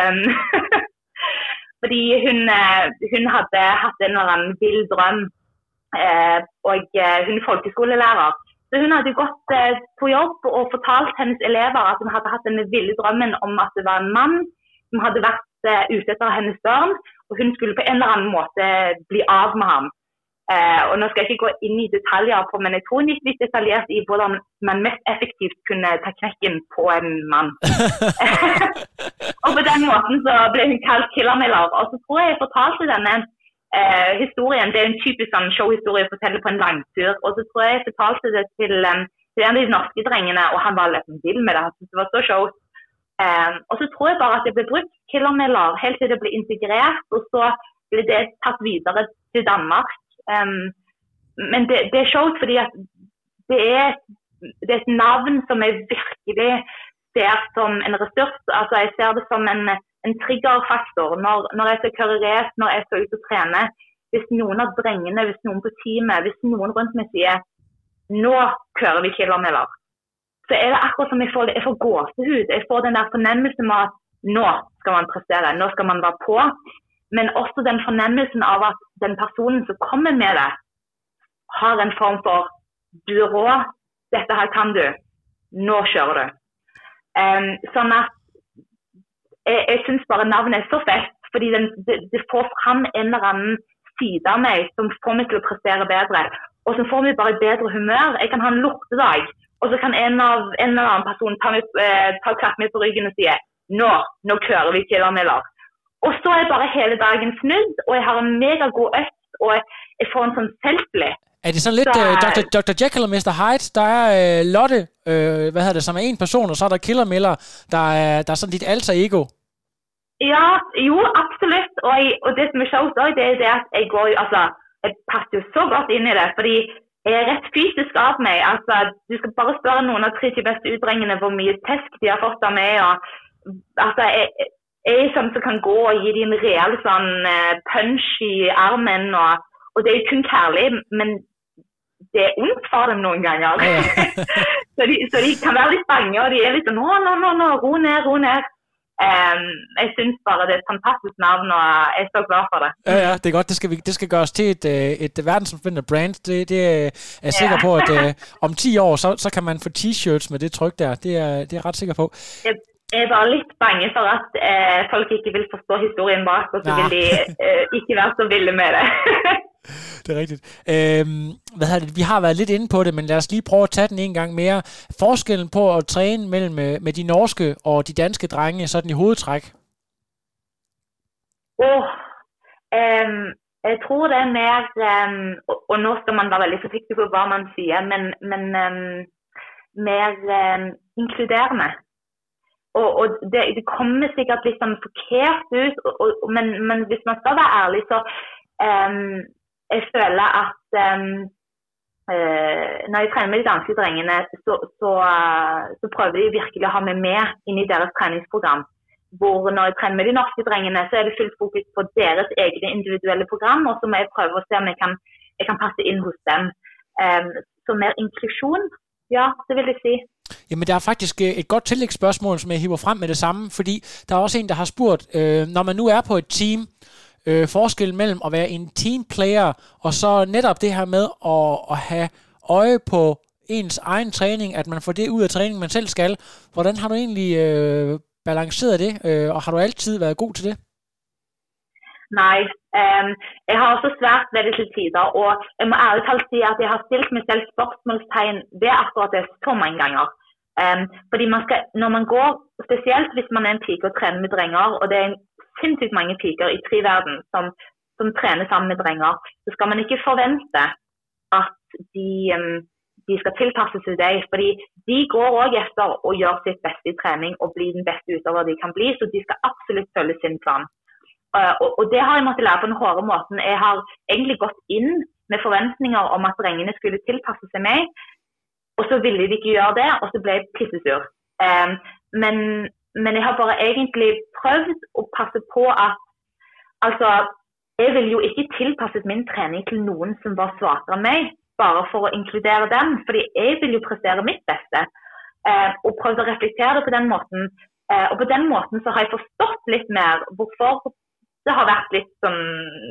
Fordi hun hadde hatt en eller annen vild drøm, og hun er folkeskolelærer. Så hun hadde gått på jobb og fortalt hennes elever at hun hadde hatt denne ville drømmen om at det var en mann som hadde vært ute etter hennes barn, og hun skulle på en eller annen måte bli av med ham. Og nå skal jeg ikke gå inn i detaljer på, men jeg tror hun gikk litt detaljert i hvordan man mest effektivt kunne ta knekken på en mann. Og på den måten så ble hun kalt Killer Miller. Og så tror jeg fortalte denne historien, det en typisk sånn showhistorie jeg forteller på en langtur, og så tror jeg fortalte det til en av de norske drengene, og han var litt vild med det, han syntes det var så show. Og så tror jeg bare at det ble brukt Killer Miller helt til det ble integrert, og så ble det tatt videre til Danmark. Men det er showt fordi at det er et navn som jeg virkelig ser som en ressurs. Altså jeg ser det som en triggerfaktor når jeg skal køre race, når jeg skal ut og trene. Hvis noen av drengene, hvis noen på teamet, hvis noen rundt meg sier nå kører vi Killer Miller, så er det akkurat som jeg får gåsehud. Jeg får den der fornemmelsen av at nå skal man prestere, nå skal man være på, men også den fornemmelsen av at den personen som kommer med det har en form for du er rå, dette her kan du, nå kjører du. Sånn at jeg synes bare navnet er så fett, fordi det får frem en eller annen side av meg som får meg til å prestere bedre, og som får meg bare i bedre humør. Jeg kan ha en lortedag, og så kan en eller annen person ta klapp meg på ryggen og si nå kører vi Killer Miller. Og så er bare hele dagen snudd, og jeg har en mega god økt, og jeg får en sånn selvtillit. Er det sådan lidt Dr. Jekyll og Mr. Hyde? Der er Lotte, som er en person, og så er der Killer Miller, der er sådan dit alter ego. Ja, jo, absolutt. Og det som er sjovt også, det er det at jeg passer jo så godt inn i det, fordi jeg er rett fysisk av meg. Altså, du skal bare spørre noen av 30 beste utdrengene hvor mye tesk de har fått av meg, og altså, jeg er sånn som kan gå og gi dem en reell sånn punch i armen, og det er jo kun kærlig, men det er ondt for dem noen ganger. så de kan være litt bange, og de er litt sånn, nå, ro ned. Jeg synes bare det er et fantastisk navn, og jeg er så glad for det. Ja, det er godt. Det skal gøres til et verdensomspændende brand. Det er jeg sikker på, at om 10 år, så kan man få t-shirts med det tryk der. Det er jeg ret sikker på. Jeg er bare litt bange for at folk ikke vil forstå historien bak, og så vil de ikke være så vilde med det. Det er rigtigt. Vi har været lidt inde på det, men lad os lige prøve at tage den en gang mere. Forskellen på at træne mellem med de norske og de danske drenge, sådan i hovedtræk? Jeg tror det er mere, og nu skal man være veldig forsigtig på, hvad man siger, men mere inkluderende. Og det kommer sikkert lidt som forkert ut, men hvis man skal være ærlig, så jeg føler at når jeg træner med de danske drengene, så prøver de virkelig at have mig med ind i deres træningsprogram. Hvor når jeg træner med de norske drengene, så er det fuldt fokus på deres egne individuelle program, og så må jeg prøve at se om jeg kan passe ind hos dem. Så mere inklusion, ja, det vil jeg sige. Jamen, der er faktisk et godt tillægsspørgsmål, som jeg hiver frem med det samme, fordi der er også en, der har spurgt, når man nu er på et team, forskellen mellem at være en teamplayer, og så netop det her med at have øje på ens egen træning, at man får det ud af træningen, man selv skal. Hvordan har du egentlig balanceret det, og har du altid været god til det? Nej, jeg har også svært ved det til tider, og jeg må ærligt talt sige, at jeg har stillet mig selv spørgsmålstegn ved akkurat det så mange ganger. Fordi når man går, specielt hvis man er en pige og træner med drenger, og det er sindssygt mange piger i triverden som træner sammen med drenger, så skal man ikke forvente at de skal tilpasse sig dig, fordi de går også efter at gøre sitt bedste i træning og blive den bedste utøver de kan blive, så de skal absolut følge sin plan. Og det har jeg måttet lære på den hårde måten. Jeg har egentlig gått ind med forventninger om at drengene skulle tilpasse sig mig, og så ville de ikke gøre det, og så blev jeg pissesur. Men jeg har bare egentlig prøvet at passe på at, altså, jeg vil jo ikke tilpasse min træning til nogen, som var svakere end mig, bare for at inkludere dem, fordi jeg vil jo præstere mit bedste, og prøve at reflektere det på den måten. Og på den måten så har jeg forstått lidt mere, hvorfor det har været lidt sådan,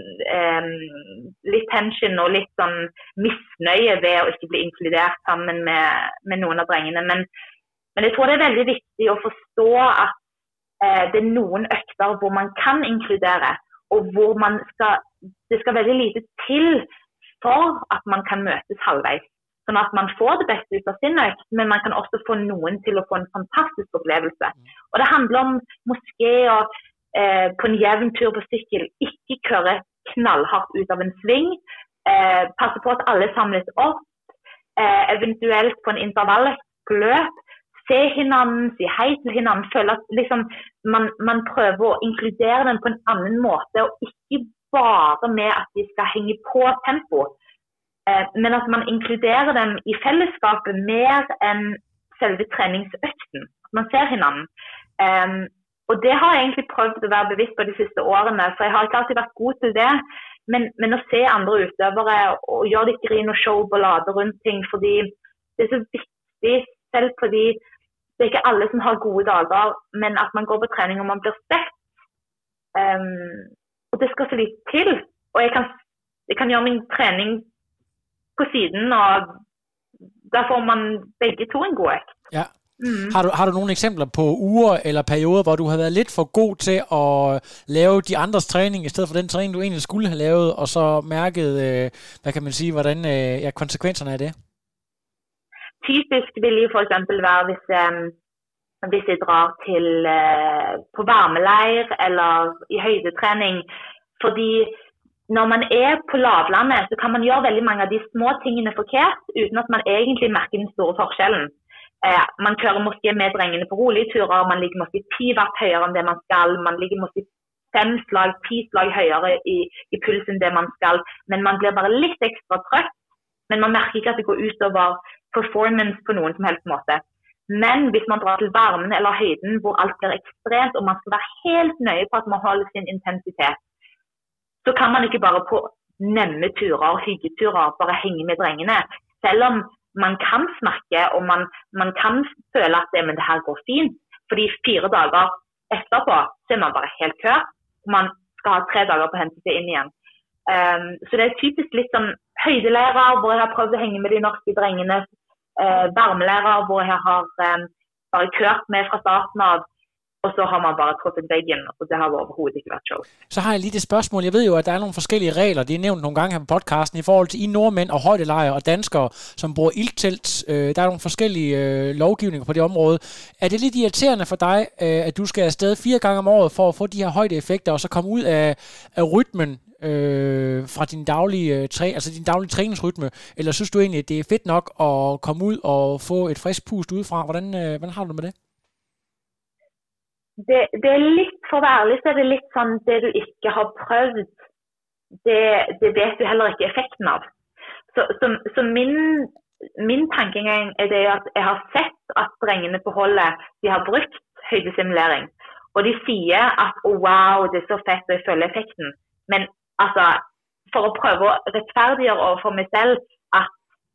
lidt tension og lidt sådan misnøje ved at ikke blive inkluderet sammen med nogle af drengene, men jeg tror det er veldig vigtigt at forstå at det er nogle økter, hvor man kan inkludere, og hvor det skal veldig lite til for at man kan møtes halvvejs. sånn at man får det beste ut av sin økt, men man kan også få noen til å få en fantastisk opplevelse. Og det handler om moské og på en jevn tur på sykkel, ikke køre knallhardt ut av en sving, passe på at alle samles opp, eventuelt på en intervalløp, se hinanden, si hei til hinanden, føle at liksom, man prøver å inkludere den på en annen måte, og ikke bare med at de skal henge på tempo, men at man inkluderer dem i fellesskapet mer enn selve treningsøkten. Man ser hinanden. Og det har jeg egentlig prøvd å være bevisst på de siste årene, for jeg har ikke alltid vært god til det, men å se andre utøvere og gjøre det grin og show ballade rundt ting, fordi det er så viktig, selv fordi det er ikke alle som har gode dager, men at man går på trening og man blir sett. Og det skal så litt til. Og jeg kan gjøre min trening på siden, og da får man begge to en god økt. Ja. Har du nogle eksempler på uger eller perioder, hvor du har været lidt for god til at lave de andres træning, i stedet for den træning, du egentlig skulle have lavet, og så mærket, hvad kan man sige, hvordan konsekvenserne af det? Typisk vil jo for eksempel være, hvis jeg drar til på varmeleir eller i høydetræning, fordi når man er på lavlandet, så kan man gjøre veldig mange av de små tingene forkert, uten at man egentlig merker den store forskjellen. Man kører måske med drengene på rolige turer, man ligger måske 10 watt høyere enn det man skal, man ligger måske 10 slag høyere i puls enn det man skal, men man blir bare litt ekstra trøtt, men man merker ikke at det går ut over performance på noen som helst måte. Men hvis man drar til varmen eller høyden, hvor alt blir ekstremt, og man skal være helt nøye på at man holder sin intensitet, så kan man ikke bare på nemme turer, hyggeturer, bare henge med drengene. Selv om man kan snakke, og man kan føle at det her går fint, fordi 4 dager etterpå, så er man bare helt kør, og man skal ha 3 dager på å hente seg inn igjen. Så det er typisk litt sånn høydelærer, hvor jeg har prøvd å henge med de norske drengene, varmelærer, hvor jeg har bare kørt med fra starten av, og så har man bare truffet veggen, og det har overhovedet ikke vært sjovt. Så har jeg lige det spørgsmål. Jeg ved jo, at der er nogle forskellige regler, de er nævnt nogle gange her på podcasten, i forhold til I nordmænd og højdelejre og danskere, som bruger ilttelt. Der er nogle forskellige lovgivninger på det område. Er det lidt irriterende for dig, at du skal afsted 4 gange om året for at få de her højdeeffekter, og så komme ud af rytmen fra din daglige træningsrytme, eller synes du egentlig, at det er fedt nok at komme ud og få et frisk pust udefra? Hvordan har du med det? Det er litt, for å være ærlig, så er det litt sånn, det du ikke har prøvd, det vet du heller ikke effekten av. Så min tankegang er det at jeg har sett at drengene på holdet, de har brukt høydesimulering, og de sier at wow, det er så fett, og jeg føler effekten. Men altså, for å prøve å rettferdiggjøre overfor meg selv at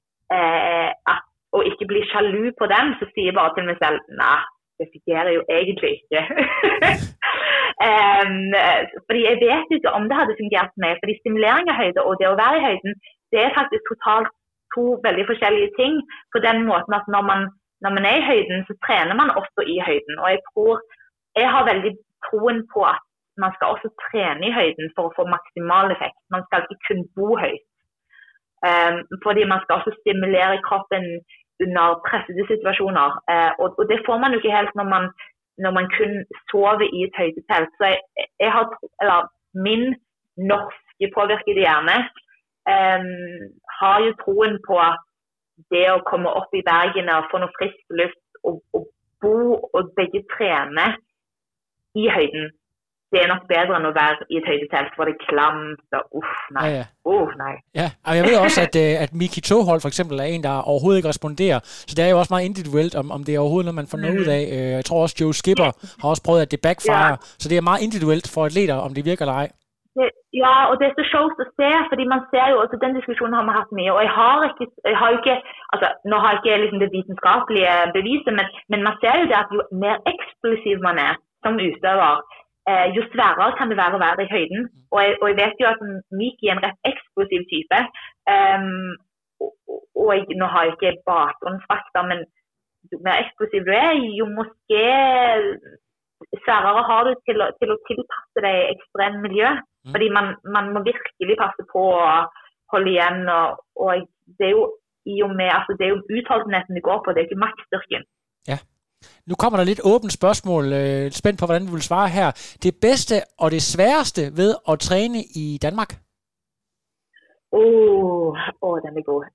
å ikke bli sjalu på dem, så sier jeg bare til meg selv, nei, det fungerer jo egentlig ikke. Fordi jeg vet ikke om det hadde fungert med, fordi stimulering av høyde og det å være i høyden, det er faktisk totalt 2 veldig forskjellige ting, på den måten at når man er i høyden, så trener man også i høyden, og jeg har veldig troen på at man skal også trene i høyden for å få maksimal effekt. Man skal ikke kun bo høyt. Fordi man skal også stimulere kroppen under pressede situasjoner. Og det får man jo ikke helt når man kun sover i et høydetelt. Så min norske påvirkede hjerne har jo troen på at det å komme opp i bergene og få noe frisk luft og bo og begge trene i høyden, det er nok bedre enn å være i et høydetelt, hvor det er klamt og nei. Ja. Nei. Ja, og jeg ved også, at Miki Tåholt for eksempel er en, der overhovedet ikke responderer, så det er jo også meget individuelt, om det er overhovedet noget, man får noget ud af. Jeg tror også, Joe Skipper har også prøvet, at det backfire, så det er meget individuelt for atleter, om det virker eller ej. Ja, og det er så sjovt å se, fordi man ser jo også, den diskussionen har man hatt mye, og jeg har ikke, altså, nå har jeg ikke liksom det vitenskapelige beviset, men man ser jo det at jo mer eksplosiv man er som utøver, jo sværere kan det være å være i høyden, og jeg vet jo at Miki er en rett eksplosiv type, og nå har jeg ikke bakgrunnsfakta, men jo mer eksplosiv du er, jo måske sværere har du til å tilpasse deg ekstrem miljø, fordi man må virkelig passe på å holde igjen, og det er jo i og med, altså det er jo utholdenheten det går på, det er ikke magtstyrken. Ja. Nu kommer der lidt åbent spørgsmål. Spændt på, hvordan du vil svare her. Det bedste og det sværeste ved at træne i Danmark? Den er god.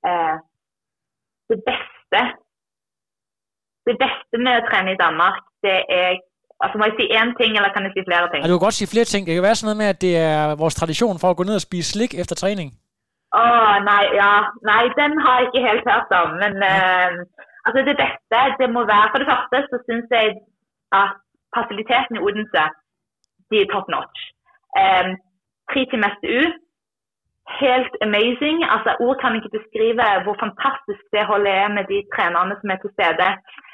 Det bedste med at træne i Danmark, det er, altså må jeg sige en ting, eller kan jeg sige flere ting? Du kan godt sige flere ting. Det kan være sådan noget med, at det er vores tradition for at gå ned og spise slik efter træning. Nej, den har jeg ikke helt hørt om, men altså det bedste, det må være, for det første, så synes jeg, at faciliteten i Odense, de er top notch. 3 timer uge, helt amazing. Altså ord kan ikke beskrive hvor fantastisk det holdet er med de trænerne som er til stede.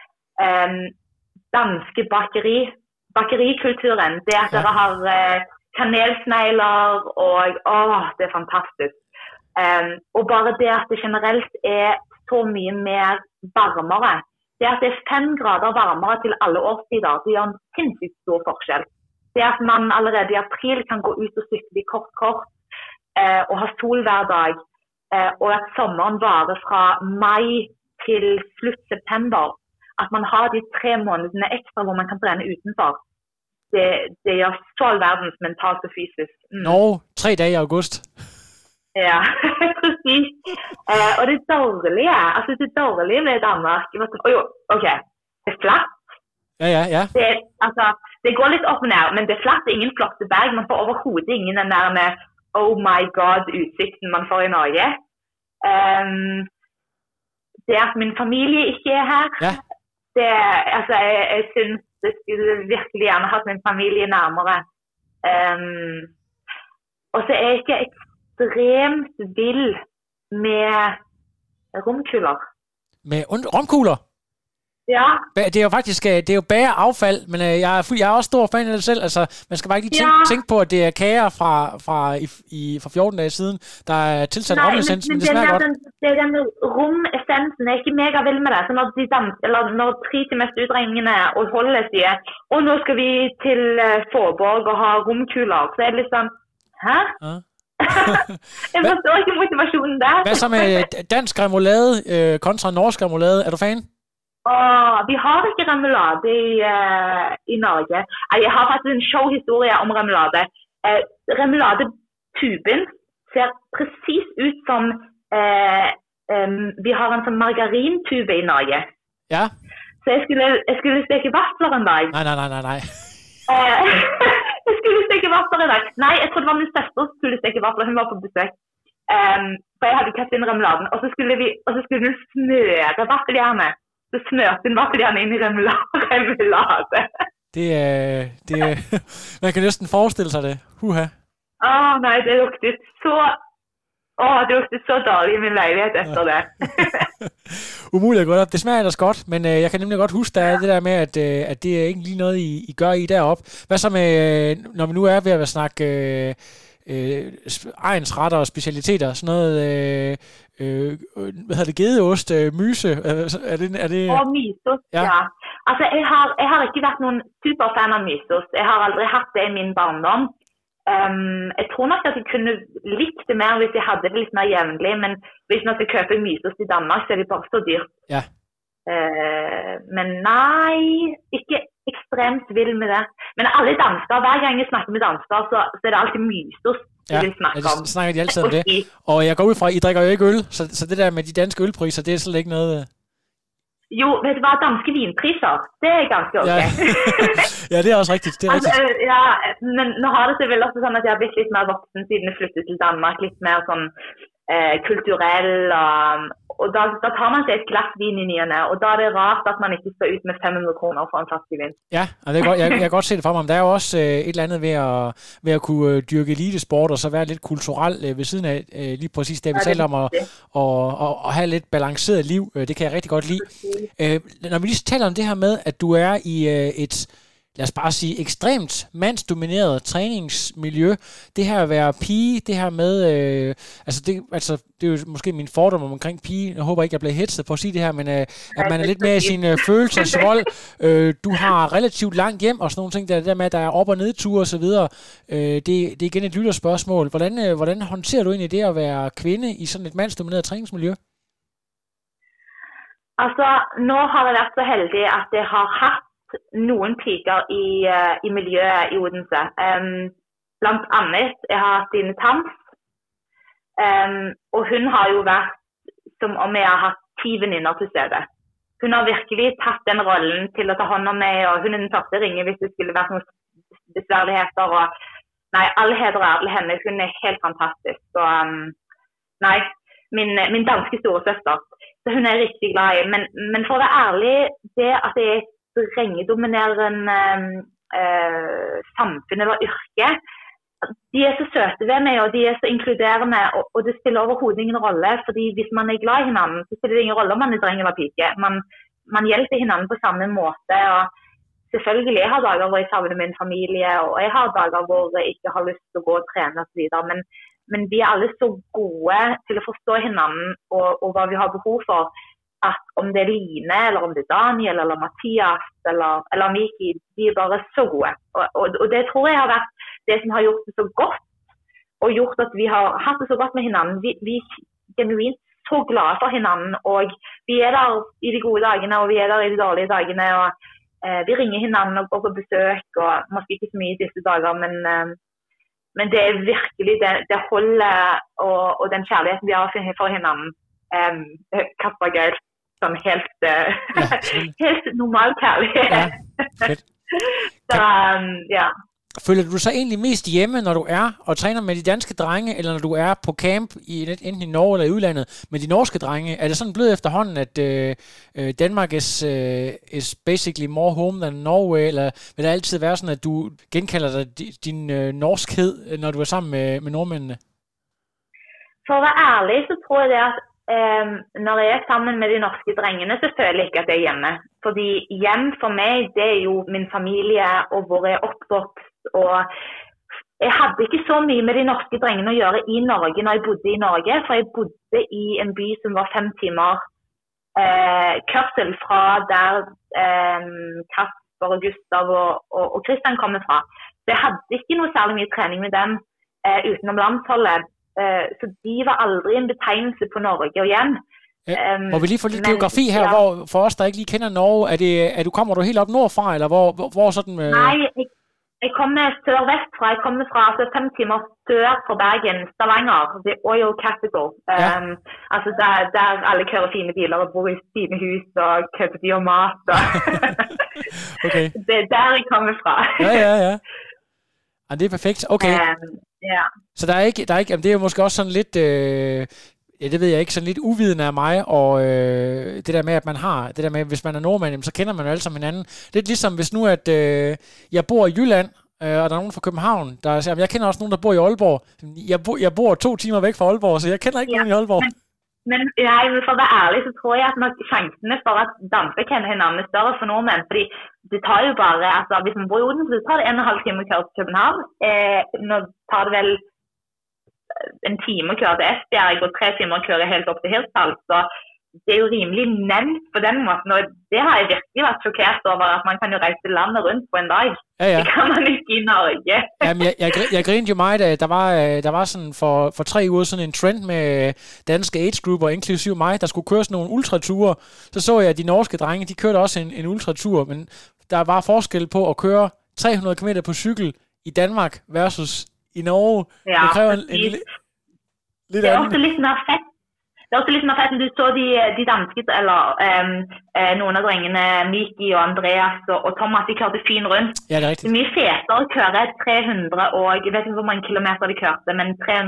Danske bakerikulturen, det at dere har kanelsnegler og det er fantastisk. Og bare det at det generelt er så mye mer varmere. Det at det er 5 grader varmere til alle årstider, det gjør en sinnssykt stor forskjell. Det at man allerede i april kan gå ut og sykle i kort og ha sol hver dag, og at sommeren varer fra mai til slutt september, at man har de 3 månedene ekstra hvor man kan trene utenfor. Det gjør så all verdens mentalt og fysisk. Nå, 3 dage i august. Ja, præcis. Og det dårlige med Danmark, okay, det er flatt. Ja. Det går lidt op og ned, men det er flatt, det er ingen flotte berg, man får overhovedet ingen den der med oh my god, utsikten man får i Norge. Det at min familie ikke er her, jeg synes, det skulle virkelig gjerne hatt min familie nærmere. Og så er jeg ikke ekstremt vild med romkugler. Med romkugler? Ja. Det er jo faktisk det er jo bageaffald, men jeg er også stor fan af det selv. Altså, man skal bare ikke lige tænke på, at det er kager fra 14 dage siden, der er tilsat romessens, men det smager godt. Det er den romessensen, jeg er ikke mega vild med det. Så når 3 til mest udringende og holdet siger, og nu skal vi til Fårborg og ha romkugler, så er det liksom, hæ? Ja. Jeg forstår ikke motivationen der. Hvad så med dansk remoulade kontra norsk remoulade? Er du fan? Vi har ikke remoulade i Norge. Jeg har faktisk en showhistorie om remoulade. Remouladetuben ser præcis ud som vi har en sånn margarintube i Norge. Ja. Så jeg skulle steke vafler en dag. Nej. Jeg skulle steke vafler i dag. Nej, jeg tror det var min søster som skulle steke vafler. Hun var på besøk. For jeg hadde kastet inn remouladen. Og så skulle hun smøre vaffeljernet. Så smørte hun vaffeljernet inn i remoulade. Det man kan næsten forestille sig det. Huha. Nej, det lugtet så dårligt i min lejlighed efter det. Umuligt at gå op. Det smager ellers godt, men jeg kan nemlig godt huske, der er det der med, at det er ikke lige noget, I gør i deroppe. Hvad så med, når vi nu er ved at snakke egensretter og specialiteter, sådan noget, hvad hedder det, gedeost, myse, er det? Mysost, ja. Altså, jeg har ikke været nogen superfan af mysost. Jeg har aldrig haft det i min barndom. Jeg tror nok at jeg kunne lide det mere, hvis jeg havde det lidt mere jævnligt, men hvis man skal købe mysost i Danmark, så er det bare så dyrt. Ja. Men nej, ikke ekstremt vild med det. Men alle danskere, hver gang jeg snakker med danskere, så er det altid mysost. Ja, så snakker de altid om det. Og jeg går ud fra, at I drikker jo ikke øl, så det der med de danske ølpriser, det er slet ikke noget... Jo, ved du hvad, danske vinpriser, det er ganske okay. Ja, det er også rigtigt. Det er rigtigt. Ja, men nu har det selvfølgelig også sådan, at jeg har blitt lidt mere voksen siden jeg flyttede til Danmark, lidt mere sådan kulturell, og da tar man sig et glas vin i nyerne, og da er det rart at man ikke skal ud med 500 kroner for en flaske vin. Ja, og det er godt, jeg kan godt se det for mig, men der er jo også et eller andet ved at kunne dyrke elitesport, og så være lidt kulturel ved siden af lige præcis det, vi taler om, og have lidt balanceret liv. Det kan jeg rigtig godt lide. Når vi lige taler om det her med, at du er i et, lad os bare sige, ekstremt mandsdomineret træningsmiljø. Det her at være pige, det her med, det er jo måske min fordom omkring pige. Jeg håber ikke, jeg bliver hetset på at sige det her, men at man er lidt mere i sin følelsesvold. Du har relativt langt hjem og sådan nogle ting, der med, at der er op- og nedture og så videre. Det er igen et lytterspørgsmål. Hvordan håndterer du egentlig det at være kvinde i sådan et mandsdomineret træningsmiljø? Altså, nå har jeg vært så heldig at jeg har hatt noen piker i miljøet i Odense. Blant annet, jeg har Stine Tams, og hun har jo vært som om jeg har hatt 10 venninner til stedet. Hun har virkelig tatt den rollen til å ta hånd om meg, og hun er den første ringe hvis det skulle vært noen besværligheter. Og, nei, all heder og ære til henne, hun er helt fantastisk. Og, nei, min danske storesøster, så hun er riktig glad i. Men for å være ærlig, det at det er et strengedominerende samfunn eller yrke, de er så søte ved meg, og de er så inkluderende, og det spiller overhodet ingen rolle, fordi hvis man er glad i hinanden, så spiller det ingen rolle om man er dreng eller pike. Man hjelper hinanden på samme måte, og selvfølgelig, jeg har dager hvor jeg savner min familie, og jeg har dager hvor jeg ikke har lyst til å gå og trene og så videre, men vi er alle så gode til å forstå hinanden, og hva vi har behov for, at om det er Line, eller om det er Daniel, eller Mathias, eller Miki, de er bare så gode. Og det tror jeg har vært det som har gjort det så godt, og gjort at vi har hatt det så godt med hinanden. Vi er genuint så glade for hinanden, og vi er der i de gode dagene, og vi er der i de dårlige dagene, og vi ringer hinanden og går på besøk, og måske ikke så mye i disse dager, men det er virkelig det holdet og den kjærligheten vi har for hinanden. Kasper Geir, som helt normal kærlighet. Ja, fedt. Så, ja. Føler du sig egentlig mest hjemme, når du er og træner med de danske drenge, eller når du er på camp enten i Norge eller i udlandet med de norske drenge? Er det sådan blevet efterhånden, at Danmark is basically more home than Norway, eller vil det altid være sådan, at du genkalder dig din norskhed, når du er sammen med nordmændene? For at være ærlig, så tror jeg det, at når jeg er sammen med de norske drengene, så føler jeg ikke at jeg er hjemme. Fordi hjem for meg, det er jo min familie, og hvor jeg er oppvokst. Og jeg hadde ikke så mye med de norske drengene å gjøre i Norge når jeg bodde i Norge, for jeg bodde i en by som var 5 timer kørsel fra der Kasper og Gustav og Christian kommer fra. Så jeg hadde ikke noe særlig mye trening med dem utenom landsholdet. Så de var aldri en betegnelse på Norge og hjem. Må vi lige få lidt geografi her, hvor for os, der ikke lige kender Norge, kommer du helt op nordfra, eller hvor sådan... Nej, jeg kommer sørvest fra. Jeg kommer fra 5 timer sør fra Bergen, Stavanger, the oil capital. Altså der alle kører fine biler og bor i fine hus og køber dyr mat. Okay. Det er der jeg kommer fra. Ja. Ja, det er perfekt. Okay. Ja. Så der er ikke, jamen det er jo måske også sådan lidt, ja, det ved jeg ikke, sådan lidt uvidende af mig, og det der med, at man har, det der med, hvis man er nordmand, så kender man jo alle sammen hinanden. Lidt ligesom hvis nu, at jeg bor i Jylland, og der er nogen fra København, der siger, jeg kender også nogen, der bor i Aalborg. Jeg bor 2 timer væk fra Aalborg, så jeg kender ikke nogen i Aalborg. Men for at være ærlig, så tror jeg, at nok chancene for at dansker kender hinanden er større for nordmænd, fordi det tager jo bare, altså hvis man bor i Odense, så tager det 1,5 time at køre til København, nå tager det vel en time at køre til Esbjerg, og 3 timer at køre helt op til Hirtshals, så det er jo rimelig nemt på den måten, og det har jeg virkelig været chokeret over, at man kan jo rejse landet rundt på en dag. Ja. Det kan man ikke i Norge. Jamen, jeg grinede jo meget, da der var sådan for 3 uger sådan en trend med danske age-grupper, inklusive mig, der skulle køre sådan nogle ultrature. Så jeg, at de norske drenge, de kørte også en ultratur, men der var forskel på at køre 300 km på cykel i Danmark versus i Norge. Ja, det kræver en lidt det er også lidt mere fedt. Det er også lidt mere fedt, når du så de danske, eller nogle af drengene, Miki og Andreas og Thomas, de kørte fin rundt. Ja, det er rigtigt. Det er mye fetere at køre 300 og, jeg ved ikke hvor mange kilometer de kørte, men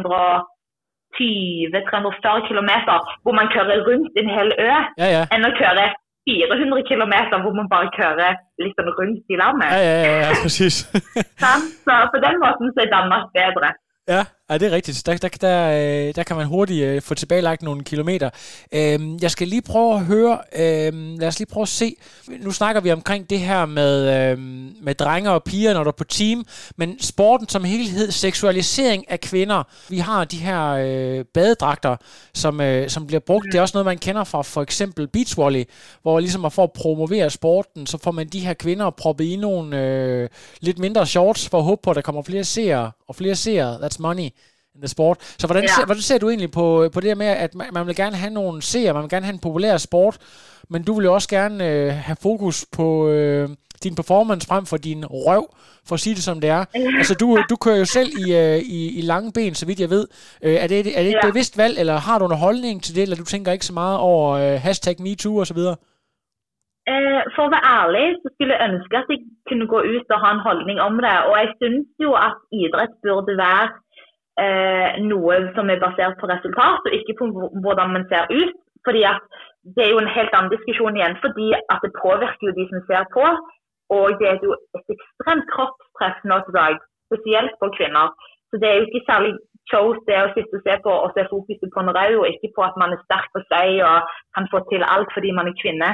320-340 kilometer, hvor man kører rundt en hel ø, end at køre 400 kilometer, hvor man bare kører lidt rundt i landet. Ja, præcis. Så på den måten så er Danmark bedre. Ja, det er rigtigt. Der kan man hurtigt få tilbagelagt nogle kilometer. Jeg skal lige prøve at høre, lad os lige prøve at se. Nu snakker vi omkring det her med drenge og piger, når du er på team, men sporten som helhed, seksualisering af kvinder. Vi har de her badedragter, som bliver brugt. Det er også noget, man kender fra for eksempel beachvolley, hvor ligesom for at promovere sporten, så får man de her kvinder proppet i nogle lidt mindre shorts, for at håbe på, at der kommer flere seere, og flere seere, that's money in the sport. Så hvordan ser du egentlig på det med, at man vil gerne have nogle seere, man vil gerne have en populær sport, men du vil jo også gerne have fokus på din performance frem for din røv, for at sige det som det er. Altså, du kører jo selv i lange ben, så vidt jeg ved. Er det et bevidst valg, eller har du en holdning til det, eller du tænker ikke så meget over #MeToo og så videre? For at være ærlig, så skulle jeg ønske at jeg kunne gå ut og ha en holdning om det, og jeg synes jo at idræt burde være noe som basert på resultat, og ikke på hvordan man ser ut, fordi at det jo en helt annen diskusjon igjen, fordi at det påvirker jo de som ser på, og det jo et ekstremt kroppspress nå til dag, spesielt på kvinner. Så det jo ikke særlig shows det å sitte og se på, og se fokuset på en rød, og ikke på at man sterk på seg og kan få til alt fordi man kvinne.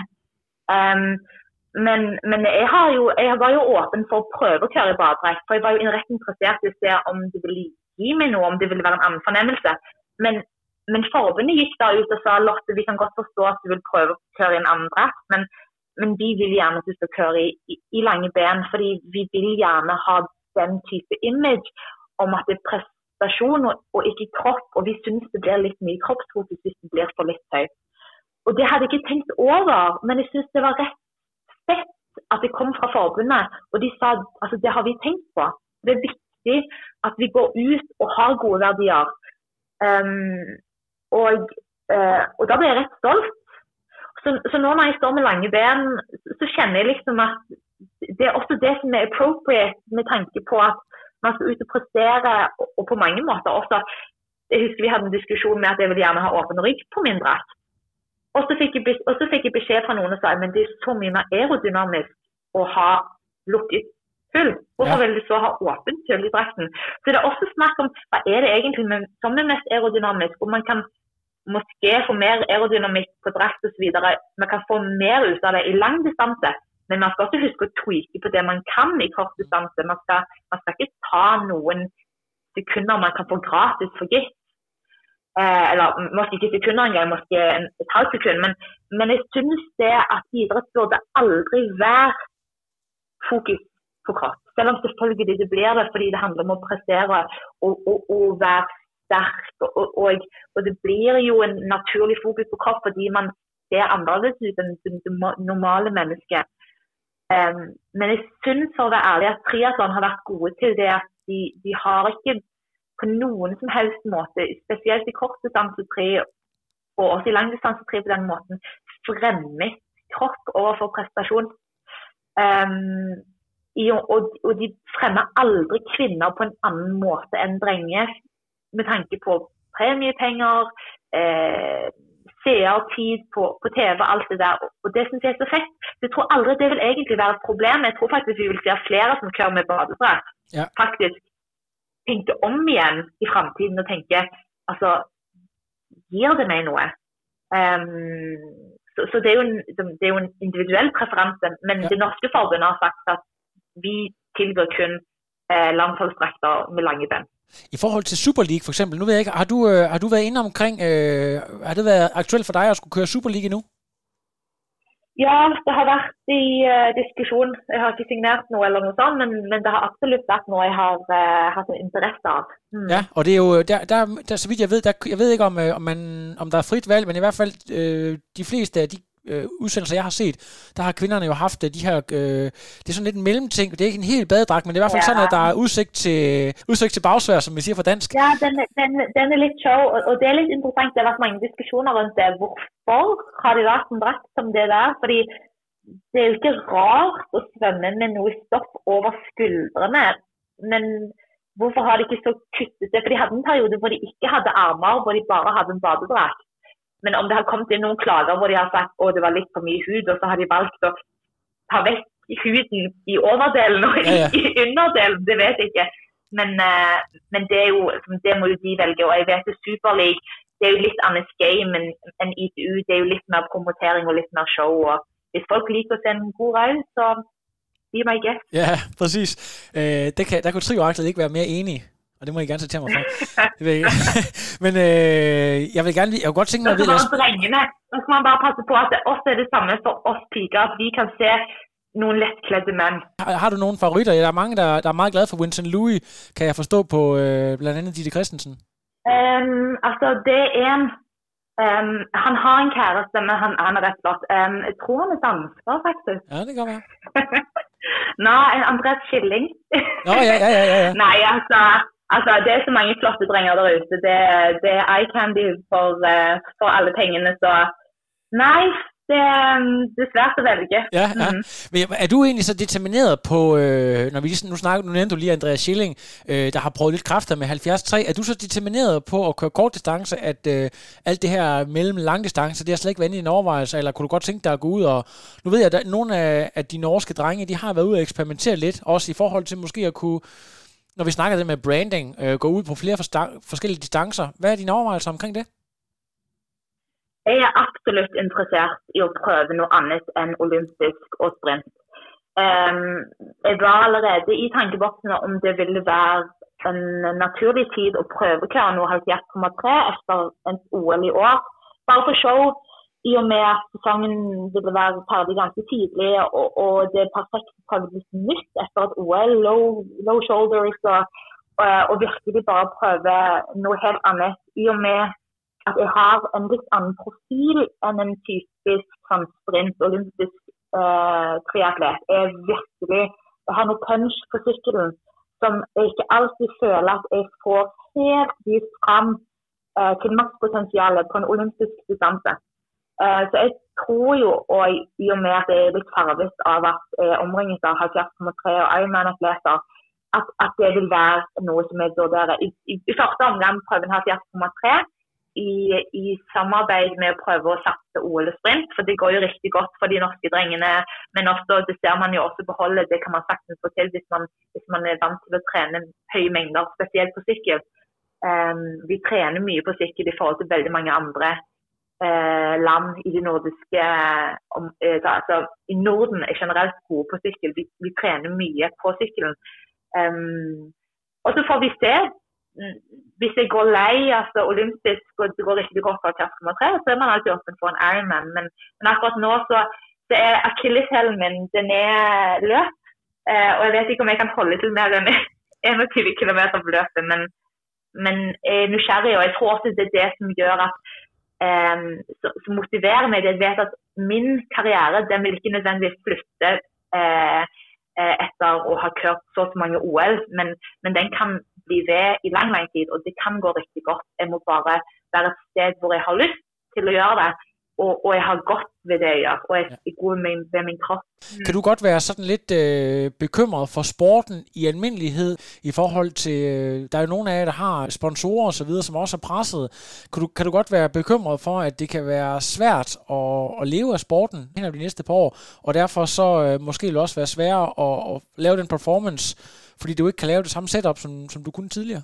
Men jeg var jo åpen for å prøve å kjøre i badedrakt, for jeg var jo rett interessert i å se om det ville gi meg noe, om det ville være en annen fornemmelse. Men forbundet gikk da ut og sa, Lotte, vi kan godt forstå at du vil prøve å kjøre i en annen drakt, men vi vil gjerne at du skal kjøre i lange ben, fordi vi vil gjerne ha den type image om at det prestasjon og ikke kropp, og vi synes det blir litt mye kroppsfokus hvis det blir for litt høyt. Og det hadde jeg ikke tenkt over, men jeg synes det var rett fett at det kom fra forbundet, og de sa, altså det har vi tenkt på. Det er viktig at vi går ut og har gode verdier. Og da ble jeg rett stolt. Så nå når jeg står med lange ben, så kjenner jeg liksom at det er også det som er appropriate med tanke på at man skal ut og prestere, og på mange måter også. Jeg husker vi hadde en diskusjon med at jeg ville gjerne ha åpen rygg på min drakt. Og så fikk jeg beskjed fra noen og sa, men det er så mye mer aerodynamisk å ha lukket hull. Hvorfor vil du så ha åpent hull i drakten? Så det er også snakk om, hva er det egentlig som er mest aerodynamisk? Og man kan måske få mer aerodynamikk på drakt og så videre. Man kan få mer ut av det i lang distanse, men man skal også huske å tweake på det man kan i kort distanse. Man skal ikke ta noen sekunder man kan få gratis for gitt. Eller måske ikke sekunder engang, måske et halvt sekund, men jeg synes det at idrett burde aldri være fokus på kropp. Selv om selvfølgelig det blir det, fordi det handler om å prestere og være sterk, og det blir jo en naturlig fokus på kropp, fordi man ser annerledes ut enn det normale mennesket. Men jeg synes for å være ærlig at triathlon har vært gode til det at de har ikke på noen som helst måte, spesielt i kortdistansetri og også i langdistansetri på den måten, fremmet kropp overfor prestasjon. Og de fremmer aldri kvinner på en annen måte enn drenger, med tanke på premiepenger, seertid på TV, alt det der. Og det synes jeg er så fett. Jeg tror aldri det vil egentlig være et problem. Jeg tror faktisk vi vil se flere som kører med badedrakt. Ja. Faktisk tenke om igjen i fremtiden og tenke, altså, gir det meg noe? Så det er jo en individuell preferanse, men det norske forbundet har sagt at vi tilbyr kun landholdsdrakter med lange ben. I forhold til Super League for eksempel, nu ved jeg ikke, har du været inde omkring, har det været aktuelt for dig at skulle køre Super League nu? Ja, det har vært i diskusjon. Jeg har ikke signert noe eller noe sånt, men det har absolutt vært noe jeg har hatt en interesse av. Ja, og det er jo, der, så vidt jeg ved, jeg ved ikke om der er frit valg, men i hvert fald de fleste af de udsendelser, jeg har set, der har kvinderne jo haft de her, det er sådan lidt en mellemting, det er ikke en helt badedragt, men det er i hvert fald sådan, at der er udsigt til bagsvær, som vi siger på dansk. Ja, den er lidt sjov, og det er lidt interessant, det har vært mange diskussioner rundt det. Hvorfor har de vært en dragt som det der? Fordi det er jo ikke rart å svømme med noe stoff over skuldrene, men hvorfor har de ikke så kuttet det? For de hadde en periode hvor de ikke hadde armer, hvor de bare hadde en badedrakt. Men om det har kommet inn noen klager hvor de har sagt at det var litt for mye hud, og så har de valgt å ta vekk huden i overdelen og i underdelen, det vet jeg ikke. Men det er jo, det må jo de velge, og jeg vet det Super League, det er jo litt annet game enn ITU, det er jo litt mer promotering og litt mer show, og hvis folk liker å se en god rød, så be my guest. Ja, præcis. Der kunne Trioraklet ikke være mere enige. Og det må I gerne tage mig for. Men jeg kunne godt tænke mig at vide... Så skal man bare passe på, at det også er det samme for os piger, at vi kan se nogle letklædte mænd. Har du nogle favoritter? Der er mange, der er meget glade for Winston Louis, kan jeg forstå på blandt andet Ditte Christensen. Altså, det er en Han har en kæreste, men han er rett og slett jeg tror han er dansker, faktisk. Ja, det kan være. Nei, Andreas Schilling. Nå, ja. Nei, altså, det er så mange flotte drenger der ute. Det er eye candy for alle pengene, så nei, det er svært å velge. Ja. Men er du egentlig så determineret på, når vi nu nævnte du lige Andreas Schilling, der har prøvet lidt kræfter med 73, er du så determineret på at køre kort distance, at alt det her mellem langdistance, det har slet ikke været i en overvejelse, eller kunne du godt tænke dig at gå ud og, nu ved jeg, at nogle af de norske drenge, de har været ude og eksperimentere lidt, også i forhold til måske at kunne, når vi snakker det med branding, gå ud på flere forskellige distancer. Hvad er dine overvejelser omkring det? Jeg er absolutt interessert i å prøve noe annet enn olympisk og sprint. Jeg var allerede i tankeboksene om det ville være en naturlig tid å prøvekøre noe 70,3 etter en OL i år. Bare for show, i og med at sesongen ville være ferdig ganske tidlig, og det er perfekt å prøve litt nytt etter et OL, low shoulders, og virkelig bare prøve noe helt annet, i og med at jeg har en litt annen profil enn en typisk sprint, olympisk triatlet. Jeg har noe punch på sykkelen som jeg ikke alltid føler at jeg får helt vist frem til makspotensialet på en olympisk distanse. Så jeg tror jo, og i og med at jeg er litt farvet av at jeg omringes av 70,3 og Ironman-atleter, at det vil være noe som jeg vurderer. I første omgang prøven 70,3, i samarbeid med å prøve å satse OL-sprint, for det går jo riktig godt for de norske drengene, men også, det ser man jo også beholde, det kan man faktisk få til hvis man er vant til å trene høye mengder, spesielt på sykkel. Vi trener mye på sykkel i forhold til veldig mange andre land i de nordiske, altså i Norden er generelt gode på sykkel, vi trener mye på sykkelen. Og så får vi se, hvis jeg går lei, altså olympisk, og det går riktig godt fra 70,3, så er man alltid åpen for en Ironman, men akkurat nå så er akilleshælen min, den er løp, og jeg vet ikke om jeg kan holde til mer enn 21 kilometer på løpet, men jeg er nysgjerrig, og jeg tror også det er det som gjør at som motiverer meg. Jeg vet at min karriere, den vil ikke nødvendigvis flytte etter å ha kørt så mange OL, men den kan bli ved i lang tid, og det kan gå riktig godt. Jeg må bare være et sted hvor jeg har lyst til å gjøre det, og jeg har godt ved det jeg gjør, og jeg er god ved min kropp. Kan du godt være sådan lidt bekymret for sporten i almindelighed i forhold til, der er jo nogle af jer, der har sponsorer og så videre, som også er presset. Kan du godt være bekymret for, at det kan være svært at leve af sporten hen over de næste par år, og derfor så måske vil det også være sværere at lave den performance, fordi du ikke kan lave det samme setup, som du kunne tidligere?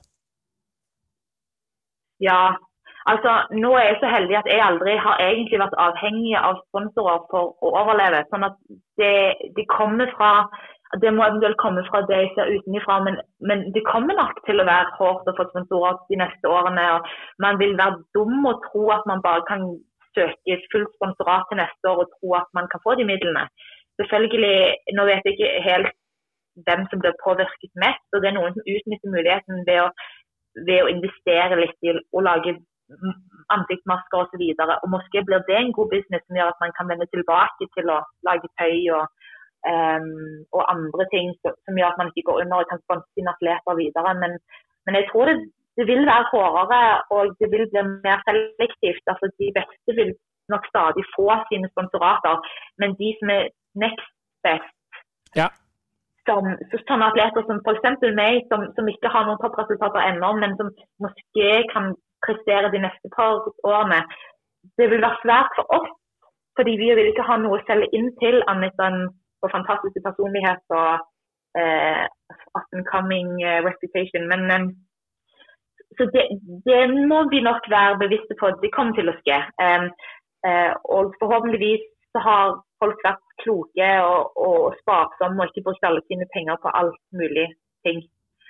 Ja, altså, nå er jeg så heldig at jeg aldri har egentlig vært avhengig av sponsorer for å overleve, sånn at det kommer fra, det må eventuelt komme fra det jeg ser utenifra, men det kommer nok til å være hårdt å få sponsorer de neste årene, og man vil være dum å tro at man bare kan søke fullt sponsorat til neste år og tro at man kan få de midlene. Selvfølgelig, nå vet jeg ikke helt hvem som blir påvirket mest, og det er noen som utnytter muligheten ved å investere litt i å lage ansiktsmasker og så videre, og måske blir det en god business som gjør at man kan vende tilbake til å lage tøy og andre ting som gjør at man ikke går under og kan sponse sine atleter videre, men jeg tror det vil være hårdere, og det vil bli mer selektivt, altså de beste vil nok stadig få sine sponsorater, men de som er next best, ja. Sånne atleter som for eksempel meg, som ikke har noen toppresultater ennå, men som måske kan prestere de neste par årene. Det vil være svært for oss, fordi vi vil ikke ha noe å selge inn til annet enn for fantastiske personlighet og up-and-coming reputation. Men så det må vi nok være bevisste på at det kommer til å skje. Og forhåpentligvis så har folk vært kloke og sparsomme og ikke brukt alle sine penger på alt mulig ting.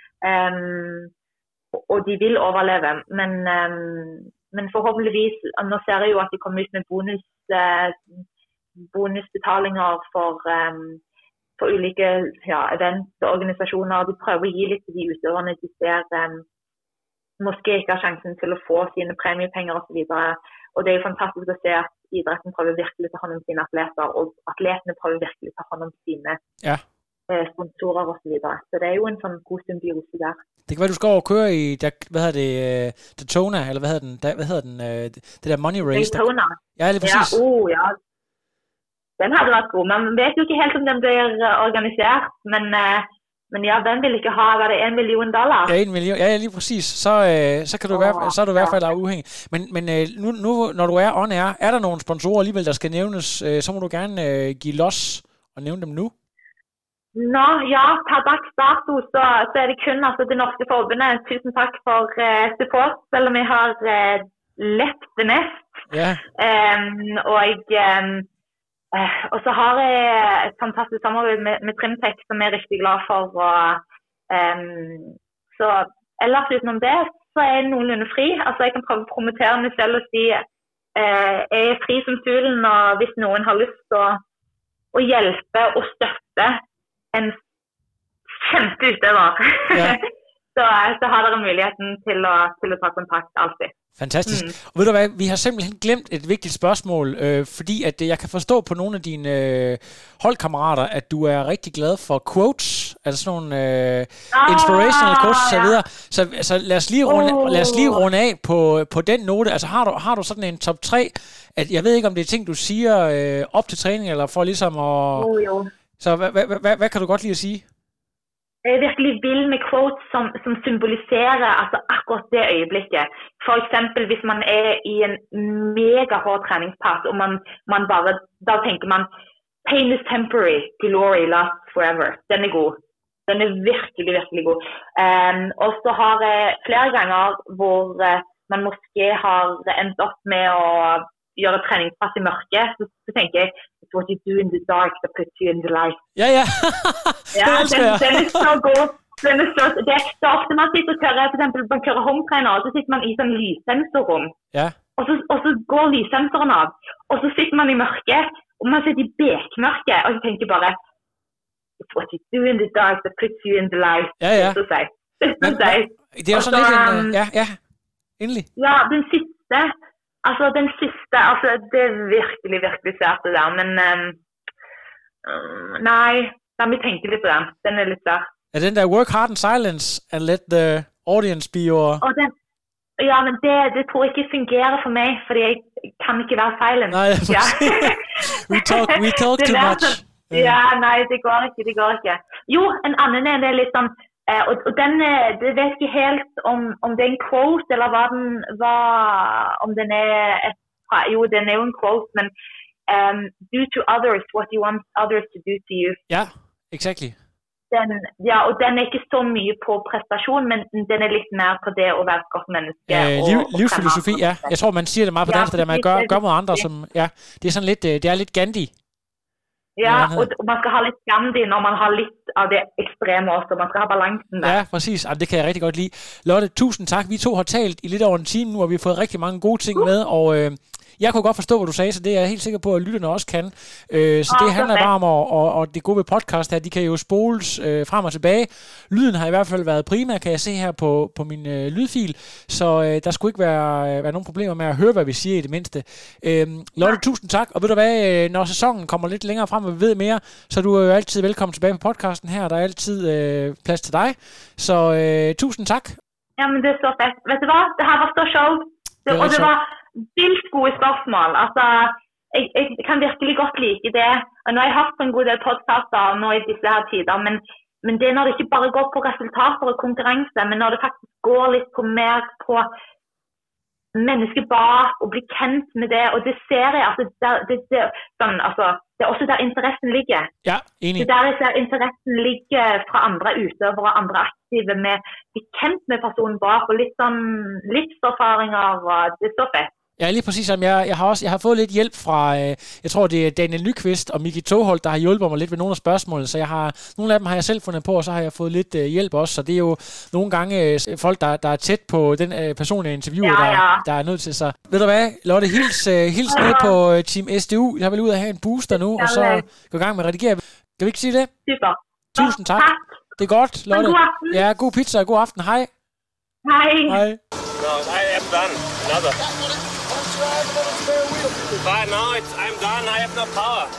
Og de vil overleve, men forhåpentligvis, nå ser jeg jo at de kommer ut med bonusbetalinger for ulike eventorganisasjoner, og de prøver å gi litt til de utøverne de ser måske ikke har sjansen til å få sine premiepenger og så videre, Og det er jo fantastisk å se at idretten prøver virkelig å ta hånd om sine atleter, og atletene prøver virkelig å ta hånd om sine sponsorer og så videre. Så det er jo en sånn god symbiose der. Det kan være, du skal over og køre i, hvad hedder det, Daytona, eller hvad hedder den, det der money race? Daytona? Ja, lige præcis. Ja. Den hadde vært god. Man vet jo ikke helt om den blir organisert, men ja, hvem vil ikke ha, var det $1 million? Ja, $1 million, ja, lige præcis. Så kan du så er du i hvert fald afhængig. Men nu, når du er on air, er der nogle sponsorer alligevel, der skal nævnes, så må du gerne give los og nævne dem nu. Nå, ja, per dags dato så er det kun altså, det norske forbundet. Tusen takk for support, selv om vi har lett det mest. Ja. Og så har jeg et fantastisk samarbeid med Trimtech, som jeg er rigtig glad for. Så ellers utenom det, så er jeg noenlunde fri. Altså, jeg kan prøve å promotere meg selv og si jeg er fri som fuglen, og hvis noen har lyst til å hjelpe og støtte en kjempeutøver, så har dere muligheten til å ta kontakt alltid. Fantastisk. Og ved du hvad, vi har simpelthen glemt et vigtigt spørgsmål, fordi at jeg kan forstå på nogle af dine holdkammerater, at du er rigtig glad for quotes, altså sådan nogle inspirational quotes og så videre. Så lad os lige runde af på den note. Altså har du sådan en top 3, at jeg ved ikke om det er ting du siger op til træning eller for ligesom at Så hvad kan du godt lide at sige? Jeg er virkelig vild med quotes, som symboliserer altså akkurat det øjeblikket. For eksempel, hvis man er i en mega hård træningspass, og man bare, da tænker man, pain is temporary, glory lasts forever. Den er god. Den er virkelig, virkelig god. Og så har jeg flere ganger, hvor man måske har endt op med at gjøre træningspass i mørke, så tænker jeg, it's what you do in the dark that puts you in the light. Ja. Den er så god. Det er ofte man sitter og kører, for eksempel man kører hometræner, og så sitter man i sådan en lyssensorrum. Ja. Og så går lyssensoren av, og så sitter man i mørke, og man sitter i bekmørke, og så tænker jeg bare, it's what you do in the dark that puts you in the light. Ja. Det er jo sådan lidt en, ja, endelig. Ja, den sidste, det er virkelig, virkelig svært det der, men nej, lad mig tænke lidt på den. Den er lidt svært. Er den der work hard in silence and let the audience be your... Ja, men det tror jeg ikke fungerer for mig, fordi jeg kan ikke være silent. Nej, we talk too much. Ja, nej, det går ikke. Jo, en anden er lidt sådan, og den, det ved ikke helt om det er en quote, eller om den er jo, den er jo en quote, men do to others what you want others to do to you. Ja, exactly. Og den er ikke så mye på præstation, men den er lidt mere på det at være et godt menneske. Livsfilosofi, ja. Jeg tror, man siger det meget på dansk, det der, man gør mod andre, som, ja, det er sådan lidt, det er lidt Gandhi. Ja, og man skal have lidt Gandhi, når man har lidt af det ekstreme også, man skal have balancen der. Ja, præcis. Det kan jeg rigtig godt lide. Lotte, tusind tak. Vi to har talt i lidt over en time nu, og vi har fået rigtig mange gode ting med, og jeg kunne godt forstå, hvad du sagde, så det er jeg helt sikker på, at lytterne også kan. Så det handler bare om, og det gode ved podcast her, de kan jo spoles frem og tilbage. Lyden har i hvert fald været primær, kan jeg se her på min lydfil, så der skulle ikke være nogen problemer med at høre, hvad vi siger i det mindste. Lotte, tusind tak, og ved du hvad, når sæsonen kommer lidt længere frem, og vi ved mere, så er du jo altid velkommen tilbage på podcasten her, der er altid plads til dig. Så tusind tak. Jamen, det er så fedt. Ved du hvad, det har været så sjovt, og det var vildt gode spørgsmål. Altså, jeg kan virkelig godt lide det. Og nå har jeg haft en god del podcaster nå i disse her tider, men det er når det ikke bare går på resultater og konkurrence, men når det faktisk går lidt på mer på mennesket bak og bli kendt med det, og det ser jeg, altså, det er også der interessen ligger. Ja, enig. Det der jeg ser interessen ligger fra andre utøvere, andre aktive, med at bli kendt med personen bak, og lidt sådan livserfaringer, og det er så fedt. Ja, lige præcis. Jeg har fået lidt hjælp fra, jeg tror det er Daniel Nyqvist og Miki Toholt, der har hjulpet mig lidt med nogle af spørgsmålene, så nogle af dem har jeg selv fundet på, og så har jeg fået lidt hjælp også, så det er jo nogle gange folk, der er tæt på den person, jeg interviewer, der er nødt til sig. Ved du hvad, Lotte, hils ned på Team SDU. Jeg har vel ud at have en booster nu, og så gå i gang med at redigere. Kan vi ikke sige det? Super. Tusind tak. Det er godt, Lotte. God aften. Ja, god pizza og god aften. Hej. Hej. No, I have done another. But now I'm done. I have no power.